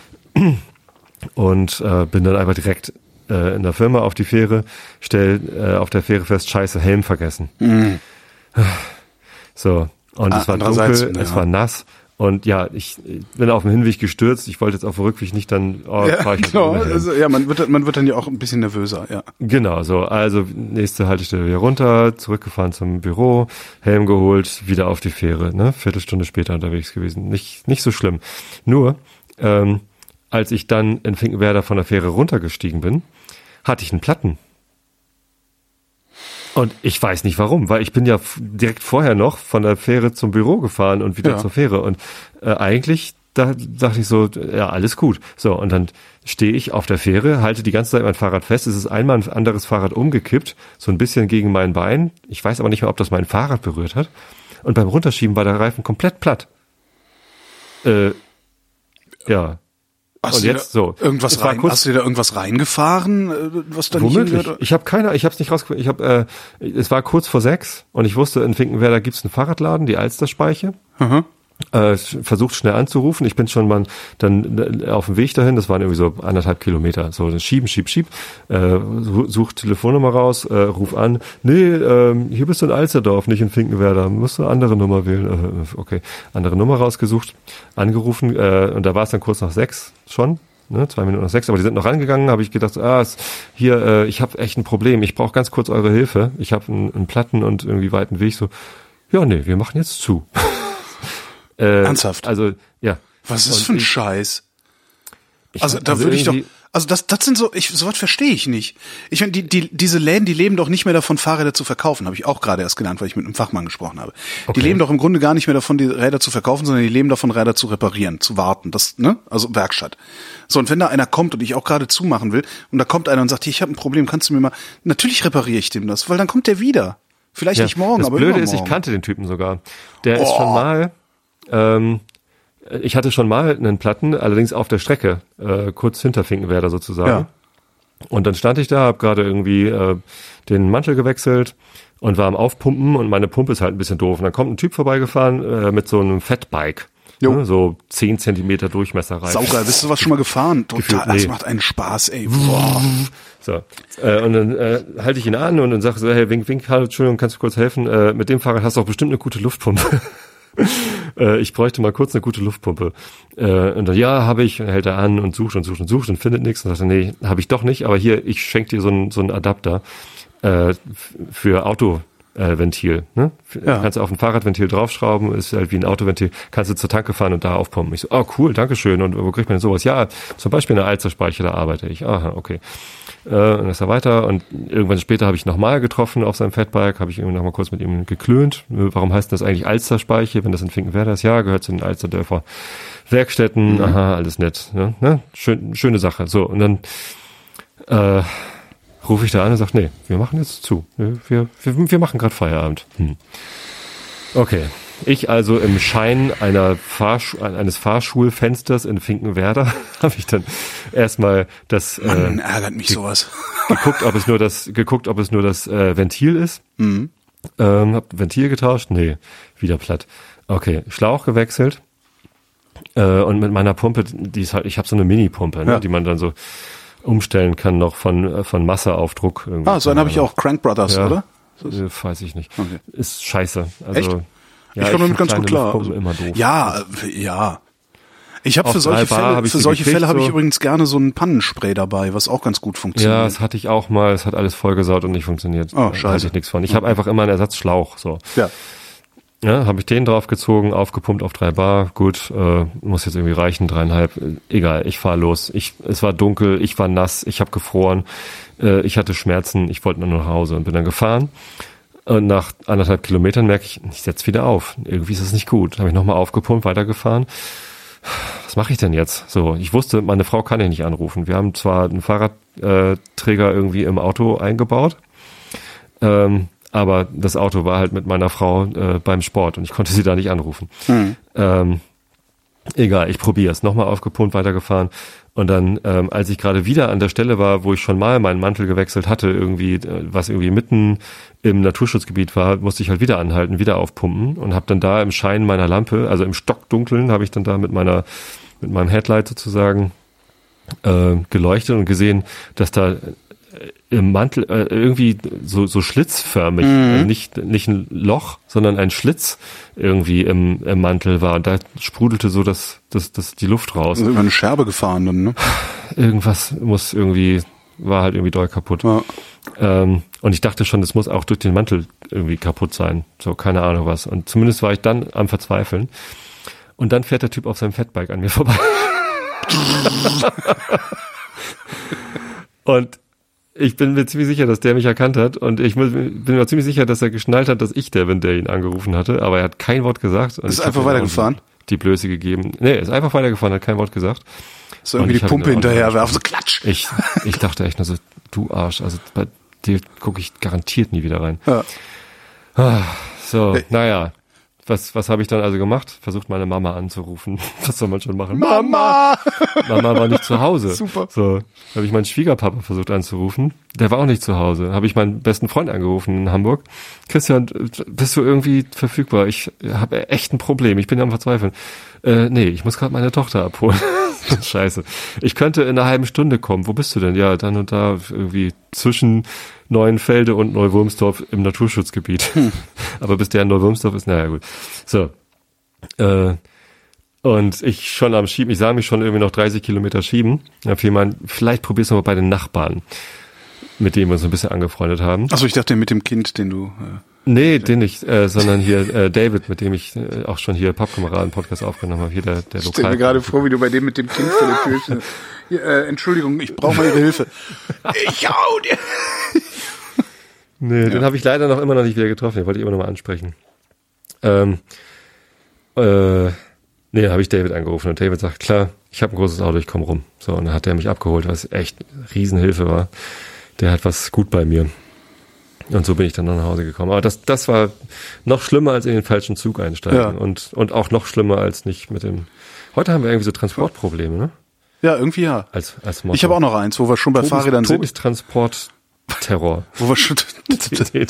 und äh, bin dann einfach direkt äh, in der Firma auf die Fähre, stell äh, auf der Fähre fest, scheiße, Helm vergessen. Mhm. So, und ah, es war dunkel, ja. es war nass und ja, ich bin auf dem Hinweg gestürzt, ich wollte jetzt auf dem Rückweg nicht dann, oh, ja, fahr ich genau. Also, ja, man wird man wird dann ja auch ein bisschen nervöser, ja. Genau, so, also nächste Haltestelle wieder runter, zurückgefahren zum Büro, Helm geholt, wieder auf die Fähre, ne, Viertelstunde später unterwegs gewesen, nicht nicht so schlimm. Nur, ähm, als ich dann in Finkenwerder von der Fähre runtergestiegen bin, hatte ich einen Platten. Und ich weiß nicht warum, weil ich bin ja f- direkt vorher noch von der Fähre zum Büro gefahren und wieder ja. zur Fähre. Und äh, eigentlich, da dachte ich so, ja, alles gut. So, und dann stehe ich auf der Fähre, halte die ganze Zeit mein Fahrrad fest. Es ist einmal ein anderes Fahrrad umgekippt, so ein bisschen gegen mein Bein. Ich weiß aber nicht mehr, ob das mein Fahrrad berührt hat. Und beim Runterschieben war der Reifen komplett platt. Äh, ja. Hast und jetzt so. Irgendwas rein, hast du dir da irgendwas reingefahren, was dann womöglich? Hier ich habe keine, ich habe es nicht rausgefunden. Ich habe, äh, es war kurz vor sechs und ich wusste, in Finkenwerder gibt's einen Fahrradladen, die Alsterspeiche. Mhm. Äh, versucht schnell anzurufen. Ich bin schon mal dann auf dem Weg dahin. Das waren irgendwie so anderthalb Kilometer. So schieben, schieb, schieb. Äh, such Telefonnummer raus, äh, ruf an. Nee, äh, hier bist du in Alsterdorf, nicht in Finkenwerder. Musst du eine andere Nummer wählen. Äh, okay, andere Nummer rausgesucht, angerufen. Äh, und da war es dann kurz nach sechs schon. Ne, zwei Minuten nach sechs, aber die sind noch rangegangen, habe ich gedacht, ah, hier, äh, ich habe echt ein Problem, ich brauche ganz kurz eure Hilfe. Ich habe einen, einen Platten und irgendwie weiten Weg. So, ja, nee, wir machen jetzt zu. Äh, Ernsthaft? Also, ja. Was ist das für ein ich, Scheiß? Also, da also würde ich doch, also das, das sind so, ich, sowas verstehe ich nicht. Ich meine, die, die, diese Läden, die leben doch nicht mehr davon, Fahrräder zu verkaufen, habe ich auch gerade erst gelernt, weil ich mit einem Fachmann gesprochen habe. Okay. Die leben doch im Grunde gar nicht mehr davon, die Räder zu verkaufen, sondern die leben davon, Räder zu reparieren, zu warten, das, ne? Also Werkstatt. So, und wenn da einer kommt und ich auch gerade zumachen will, und da kommt einer und sagt, ich habe ein Problem, kannst du mir mal, natürlich repariere ich dem das, weil dann kommt der wieder. Vielleicht ja, nicht morgen, das aber Blöde übermorgen. ist, ich kannte den Typen sogar. Der oh. ist schon mal, Ähm, ich hatte schon mal einen Platten, allerdings auf der Strecke, äh, kurz hinter Finkenwerder sozusagen. Ja. Und dann stand ich da, habe gerade irgendwie äh, den Mantel gewechselt und war am Aufpumpen und meine Pumpe ist halt ein bisschen doof. Und dann kommt ein Typ vorbeigefahren äh, mit so einem Fatbike. Ne, so zehn Zentimeter Durchmesser rein. Saugeil, bist du was schon mal gefahren? Total, Gefühlt, nee. Das macht einen Spaß, ey. Boah. So, äh, und dann äh, halte ich ihn an und dann sage so, hey, wink, wink, hallo, Entschuldigung, kannst du kurz helfen? Äh, mit dem Fahrrad hast du auch bestimmt eine gute Luftpumpe. äh, ich bräuchte mal kurz eine gute Luftpumpe. Äh, und dann, ja, habe ich, und hält er an und sucht und sucht und sucht und findet nichts. Und sagt, nee, habe ich doch nicht, aber hier, ich schenke dir so einen so einen Adapter äh, für Auto. Äh, Ventil, ne? Ja. Kannst du auf ein Fahrradventil draufschrauben, ist halt wie ein Autoventil, kannst du zur Tanke fahren und da aufpumpen. Ich so, oh cool, dankeschön. Und wo kriegt man denn sowas? Ja, zum Beispiel in der Alsterspeiche, da arbeite ich. Aha, okay. Äh, und dann ist er weiter und irgendwann später habe ich nochmal getroffen auf seinem Fatbike, habe ich irgendwie nochmal kurz mit ihm geklönt. Warum heißt das eigentlich Alsterspeiche, wenn das in Finkenwerder ist? Ja, gehört zu den Alsterdörfer Werkstätten. Mhm. Aha, alles nett. Ne? Ne? Schön, schöne Sache. So, und dann äh, rufe ich da an und sage, nee, wir machen jetzt zu. Wir, wir, wir machen gerade Feierabend. Hm. Okay. Ich also im Schein einer Fahrsch- eines Fahrschulfensters in Finkenwerder habe ich dann erstmal das Mann, äh, ärgert mich ge- sowas. geguckt, ob es nur das geguckt, ob es nur das äh, Ventil ist. Mhm. Ähm, hab Ventil getauscht, nee, wieder platt. Okay, Schlauch gewechselt. Äh, und mit meiner Pumpe, die ist halt, ich habe so eine Mini-Pumpe, ne, ja. die man dann so umstellen kann noch von von Masse auf Druck. Irgendwie. Ah, so einen habe ich auch, Crank Brothers, ja, oder? Äh, weiß ich nicht. Okay. Ist scheiße. Also, echt? Ja, ich komme damit ganz gut klar. Immer doof. Ja, ja. Ich habe für solche Fälle, hab für solche gekriegt, Fälle habe ich so. übrigens gerne so ein Pannenspray dabei, was auch ganz gut funktioniert. Ja, das hatte ich auch mal. Es hat alles vollgesaut und nicht funktioniert. Oh, scheiße. Da hatte ich nichts von. Ich habe einfach immer einen Ersatzschlauch. So. Ja. Ja, habe ich den draufgezogen, aufgepumpt auf drei Bar. Gut, äh, muss jetzt irgendwie reichen, dreieinhalb. Egal, ich fahr los. Ich, es war dunkel, ich war nass, ich habe gefroren, äh, ich hatte Schmerzen, ich wollte nur nach Hause und bin dann gefahren. Und nach anderthalb Kilometern merke ich, ich setz wieder auf. Irgendwie ist es nicht gut. Habe ich nochmal aufgepumpt, weitergefahren. Was mache ich denn jetzt? So, ich wusste, meine Frau kann ich nicht anrufen. Wir haben zwar einen Fahrradträger irgendwie im Auto eingebaut, ähm, aber das Auto war halt mit meiner Frau äh, beim Sport und ich konnte sie da nicht anrufen. Hm. Ähm, egal, ich probiere es. Nochmal aufgepumpt, weitergefahren. Und dann, ähm, als ich gerade wieder an der Stelle war, wo ich schon mal meinen Mantel gewechselt hatte, irgendwie, äh, was irgendwie mitten im Naturschutzgebiet war, musste ich halt wieder anhalten, wieder aufpumpen und habe dann da im Schein meiner Lampe, also im Stockdunkeln, habe ich dann da mit meiner, mit meinem Headlight sozusagen äh, geleuchtet und gesehen, dass da im Mantel äh, irgendwie so so schlitzförmig, mhm. also nicht nicht ein Loch, sondern ein Schlitz irgendwie im, im Mantel war und da sprudelte so das das das die Luft raus. Also über eine Scherbe gefahren dann, ne? Irgendwas muss irgendwie war halt irgendwie doll kaputt. Ja. Ähm, und ich dachte schon, das muss auch durch den Mantel irgendwie kaputt sein. So, keine Ahnung was. Und zumindest war ich dann am Verzweifeln. Und dann fährt der Typ auf seinem Fatbike an mir vorbei. Und ich bin mir ziemlich sicher, dass der mich erkannt hat und ich bin mir ziemlich sicher, dass er geschnallt hat, dass ich der bin, der ihn angerufen hatte, aber er hat kein Wort gesagt. Und ist einfach weitergefahren? Die Blöße gegeben. Nee, er ist einfach weitergefahren, hat kein Wort gesagt. So irgendwie die Pumpe hinterher werfen, so klatsch. Ich, ich dachte echt nur so, du Arsch, also bei dir gucke ich garantiert nie wieder rein. Ja. Ah, so, hey. Naja. Was, was habe ich dann also gemacht? Versucht meine Mama anzurufen. Was soll man schon machen? Mama! Mama war nicht zu Hause. Super. So, habe ich meinen Schwiegerpapa versucht anzurufen. Der war auch nicht zu Hause. Habe ich meinen besten Freund angerufen in Hamburg. Christian, bist du irgendwie verfügbar? Ich habe echt ein Problem. Ich bin am Verzweifeln. Äh, nee, ich muss gerade meine Tochter abholen. Scheiße. Ich könnte in einer halben Stunde kommen. Wo bist du denn? Ja, dann und da irgendwie zwischen Neuenfelde und Neuwurmsdorf im Naturschutzgebiet. Hm. Aber bis der in Neuwurmsdorf ist, naja gut. So. Äh, und ich schon am Schieben, ich sah mich schon irgendwie noch dreißig Kilometer schieben. Da fiel mein, vielleicht probier's mal bei den Nachbarn, mit denen wir uns ein bisschen angefreundet haben. Achso, ich dachte mit dem Kind, den du... Äh Nee, den nicht, äh, sondern hier äh, David, mit dem ich äh, auch schon hier Pappkameraden-Podcast aufgenommen habe. Hier der, der Lokal. Ich stelle mir gerade vor, wie du bei dem mit dem Kind vor der Tür stehst. Hier, äh, Entschuldigung, ich brauche mal Ihre Hilfe. Ich hau dir! Nee, ja. Den habe ich leider noch immer noch nicht wieder getroffen. Den wollte ich immer noch mal ansprechen. Ähm, äh, nee, habe ich David angerufen und David sagt, klar, ich habe ein großes Auto, ich komme rum. So, und dann hat er mich abgeholt, was echt Riesenhilfe war. Der hat was gut bei mir. Und so bin ich dann nach Hause gekommen. Aber das, das war noch schlimmer als in den falschen Zug einsteigen. Ja. Und, und auch noch schlimmer als nicht mit dem... Heute haben wir irgendwie so Transportprobleme, ne? Ja, irgendwie ja. Als, als Motto. Ich habe auch noch eins, wo wir schon bei Tobis, Fahrrädern sind. Tobis Transport-Terror. Wo wir schon... T T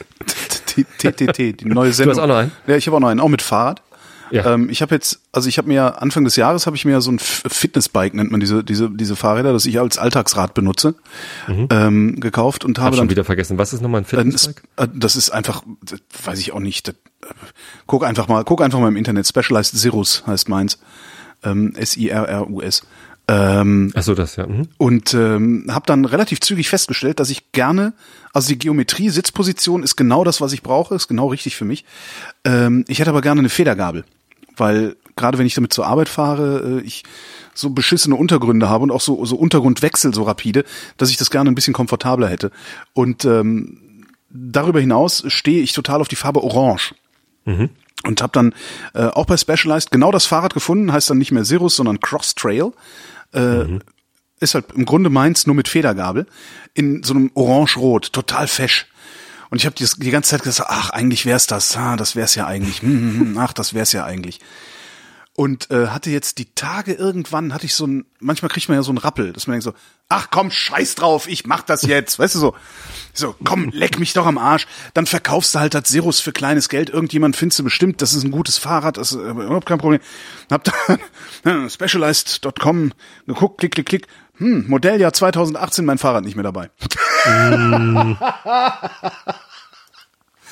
T, die neue Sendung. Du hast auch noch einen? Ja, ich habe auch noch einen, auch mit Fahrrad. Ja. Ähm, ich habe jetzt, also ich habe mir Anfang des Jahres habe ich mir so ein Fitnessbike, nennt man diese diese diese Fahrräder, das ich als Alltagsrad benutze, mhm. ähm, gekauft und habe Hab dann schon wieder vergessen. Was ist nochmal ein Fitnessbike? Äh, das ist einfach, das weiß ich auch nicht. Das, guck einfach mal, guck einfach mal im Internet. Specialized Cirrus heißt meins, ähm, S I R R U S. Ähm, Ach so, das ja. Mhm. Und ähm, habe dann relativ zügig festgestellt, dass ich gerne, also die Geometrie, Sitzposition ist genau das, was ich brauche, ist genau richtig für mich. Ähm, ich hätte aber gerne eine Federgabel, weil gerade wenn ich damit zur Arbeit fahre, äh, ich so beschissene Untergründe habe und auch so so Untergrundwechsel so rapide, dass ich das gerne ein bisschen komfortabler hätte. Und ähm, darüber hinaus stehe ich total auf die Farbe Orange. Mhm. Und habe dann äh, auch bei Specialized genau das Fahrrad gefunden, heißt dann nicht mehr Cirrus, sondern Cross Trail. Äh, mhm. Ist halt im Grunde meins, nur mit Federgabel, in so einem Orange-Rot, total fesch. Und ich habe die, die ganze Zeit gesagt, ach, eigentlich wär's das, ah, das wär's ja eigentlich, hm, ach, das wär's ja eigentlich. Und äh, hatte jetzt die Tage irgendwann, hatte ich so ein, manchmal kriegt man ja so einen Rappel, dass man denkt so, ach komm, scheiß drauf, ich mach das jetzt, weißt du so. So, komm, leck mich doch am Arsch. Dann verkaufst du halt das Cirrus für kleines Geld. Irgendjemand findest du bestimmt, das ist ein gutes Fahrrad, das ist überhaupt kein Problem. Hab dann Specialized Punkt com geguckt, klick, klick, klick. Hm, Modelljahr zwanzig achtzehn, mein Fahrrad nicht mehr dabei. Mm.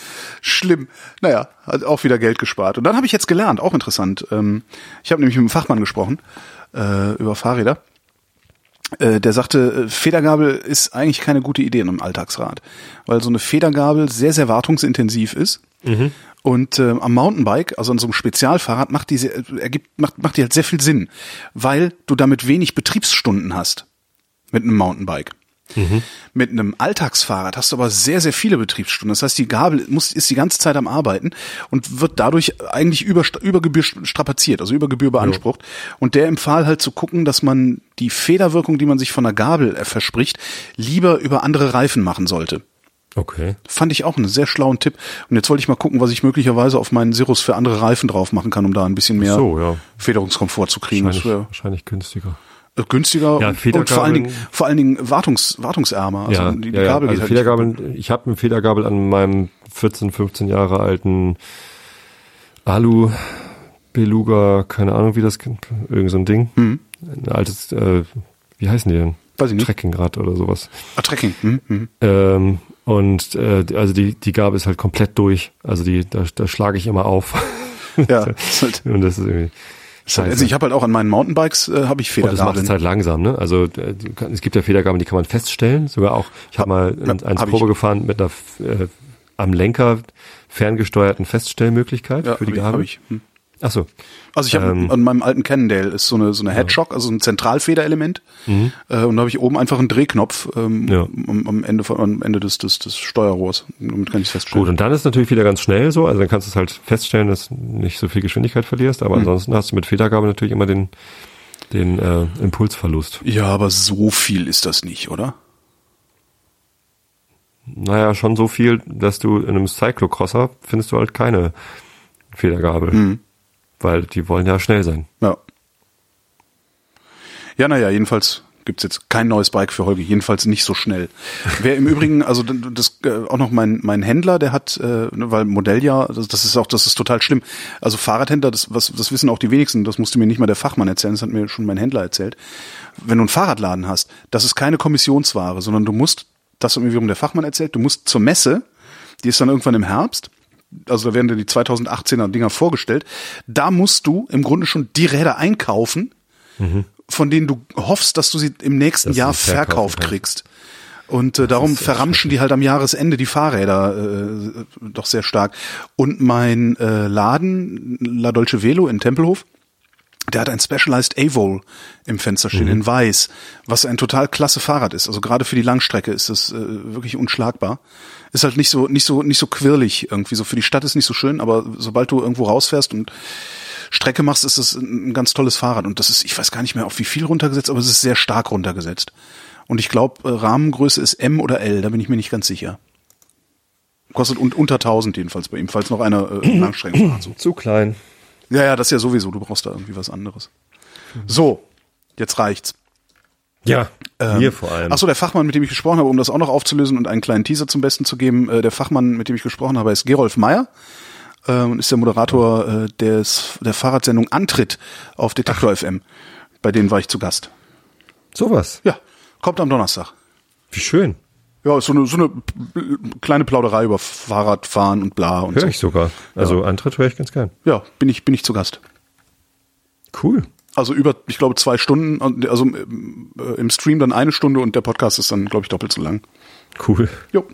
Schlimm. Naja, hat auch wieder Geld gespart. Und dann habe ich jetzt gelernt, auch interessant. Ähm, ich habe nämlich mit einem Fachmann gesprochen äh, über Fahrräder. Äh, der sagte, Federgabel ist eigentlich keine gute Idee in einem Alltagsrad, weil so eine Federgabel sehr, sehr wartungsintensiv ist. Mhm. Und äh, am Mountainbike, also an so einem Spezialfahrrad, macht die, sehr, ergibt, macht, macht die halt sehr viel Sinn, weil du damit wenig Betriebsstunden hast mit einem Mountainbike. Mhm. Mit einem Alltagsfahrrad hast du aber sehr, sehr viele Betriebsstunden. Das heißt, die Gabel muss, ist die ganze Zeit am Arbeiten und wird dadurch eigentlich über, über Gebühr strapaziert, also über Gebühr beansprucht. Ja. Und der empfahl halt zu gucken, dass man die Federwirkung, die man sich von der Gabel äh, verspricht, lieber über andere Reifen machen sollte. Okay. Fand ich auch einen sehr schlauen Tipp. Und jetzt wollte ich mal gucken, was ich möglicherweise auf meinen Cirrus für andere Reifen drauf machen kann, um da ein bisschen mehr so, ja. Federungskomfort zu kriegen. Wahrscheinlich, das wahrscheinlich günstiger. Günstiger ja, und vor allen Dingen vor allen Dingen wartungs, wartungsärmer. Also ja, die, die ja, Gabel also geht Federgabeln, halt nicht. ich habe eine Federgabel an meinem vierzehn, fünfzehn Jahre alten Alu Beluga, keine Ahnung wie das, irgend so ein Ding. Mhm. Ein altes, äh, wie heißen die denn? Weiß ich nicht. Trekkingrad oder sowas. Ah, Trekking. Mhm. Mhm. Ähm, und äh, also die die Gabel ist halt komplett durch. Also die da, da schlage ich immer auf. Ja. Das halt und das ist irgendwie Scheiße. Also ich habe halt auch an meinen Mountainbikes äh, habe ich Federgabeln. Und das macht es halt langsam, ne? Also äh, es gibt ja Federgabeln, die kann man feststellen. Sogar auch, ich habe mal ja, eins hab Probe ich. gefahren mit einer äh, am Lenker ferngesteuerten Feststellmöglichkeit Ja, für die hab ich, Gabel. hab ich. Hm. Ach so. Also ich habe Ähm, an meinem alten Cannondale ist so eine so eine Headshock, also ein Zentralfederelement. Mhm. Äh, und da habe ich oben einfach einen Drehknopf ähm, Ja. am, am Ende von, am Ende des des, des Steuerrohrs. Damit kann ich es feststellen. Gut, und dann ist natürlich wieder ganz schnell so, also dann kannst du es halt feststellen, dass du nicht so viel Geschwindigkeit verlierst, aber Mhm. ansonsten hast du mit Federgabel natürlich immer den den äh, Impulsverlust. Ja, aber so viel ist das nicht, oder? Naja, schon so viel, dass du in einem Cyclocrosser findest du halt keine Federgabel. Mhm. Weil die wollen ja schnell sein. Ja. Ja, naja, jedenfalls gibt's jetzt kein neues Bike für Holgi, jedenfalls nicht so schnell. Wer im Übrigen, also das äh, auch noch mein mein Händler, der hat, äh, weil Modelljahr, das, das ist auch, das ist total schlimm. Also Fahrradhändler, das was das wissen auch die wenigsten, das musste mir nicht mal der Fachmann erzählen, das hat mir schon mein Händler erzählt. Wenn du einen Fahrradladen hast, das ist keine Kommissionsware, sondern du musst, das hat mir wiederum der Fachmann erzählt, du musst zur Messe, die ist dann irgendwann im Herbst, also da werden dir die zweitausendachtzehner Dinger vorgestellt, da musst du im Grunde schon die Räder einkaufen, mhm. von denen du hoffst, dass du sie im nächsten dass Jahr verkauft kriegst. Und äh, darum verramschen die halt am Jahresende die Fahrräder äh, doch sehr stark. Und mein äh, Laden, La Dolce Velo in Tempelhof, der hat ein Specialized A-Vole im Fenster stehen, mhm. in weiß, was ein total klasse Fahrrad ist. Also gerade für die Langstrecke ist es äh, wirklich unschlagbar. Ist halt nicht so nicht so nicht so quirlig irgendwie. So für die Stadt ist nicht so schön, aber sobald du irgendwo rausfährst und Strecke machst, ist es ein ganz tolles Fahrrad. Und das ist, ich weiß gar nicht mehr auf wie viel runtergesetzt, aber es ist sehr stark runtergesetzt. Und ich glaube, Rahmengröße ist M oder L, da bin ich mir nicht ganz sicher. Kostet un- unter tausend jedenfalls bei ihm, falls noch einer äh, Langstreckenfahrrad sucht. Zu klein. Ja, ja, das ist ja sowieso, du brauchst da irgendwie was anderes. So, jetzt reicht's. Ja, Ähm, mir vor allem. Ach so, der Fachmann, mit dem ich gesprochen habe, um das auch noch aufzulösen und einen kleinen Teaser zum Besten zu geben, äh, der Fachmann, mit dem ich gesprochen habe, ist Gerolf Meyer äh, und ist der Moderator äh, des, der Fahrradsendung Antritt auf Detektor F M. Bei denen war ich zu Gast. Sowas. Ja, kommt am Donnerstag. Wie schön. Ja, ist so eine, so eine kleine Plauderei über Fahrradfahren und bla und Höre so. ich sogar. Also ja. Antritt höre ich ganz gern. Ja, bin ich, bin ich zu Gast. Cool. Also über, ich glaube, zwei Stunden, also äh, im Stream dann eine Stunde und der Podcast ist dann, glaube ich, doppelt so lang. Cool. Jo.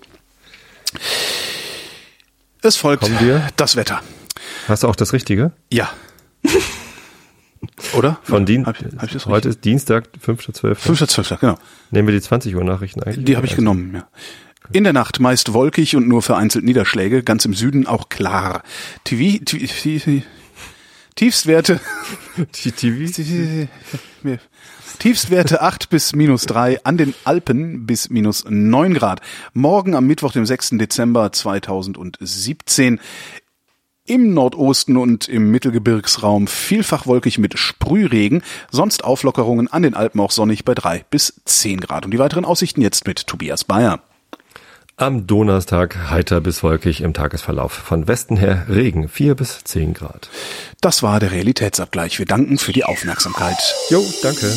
Es folgt Kommen wir? das Wetter. Hast du auch das Richtige? Ja. Oder? Von Dien- hab ich, hab ich das heute richtig? ist Dienstag, fünfter zwölfter fünfter zwölfter, genau. Nehmen wir die zwanzig Uhr Nachrichten eigentlich? Die habe ich Also, genommen, ja. In der Nacht meist wolkig und nur vereinzelt Niederschläge, ganz im Süden auch klar. T V, T V, Tiefstwerte, Die T V? Tiefstwerte acht bis minus drei, an den Alpen bis minus neun Grad. Morgen am Mittwoch, dem sechsten Dezember zweitausendsiebzehn. Im Nordosten und im Mittelgebirgsraum vielfach wolkig mit Sprühregen, sonst Auflockerungen, an den Alpen auch sonnig bei drei bis zehn Grad. Und die weiteren Aussichten jetzt mit Tobias Bayer. Am Donnerstag heiter bis wolkig im Tagesverlauf. Von Westen her Regen, vier bis zehn Grad. Das war der Realitätsabgleich. Wir danken für die Aufmerksamkeit. Jo, danke.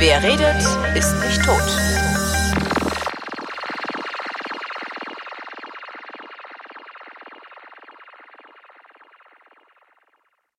Wer redet, ist nicht tot.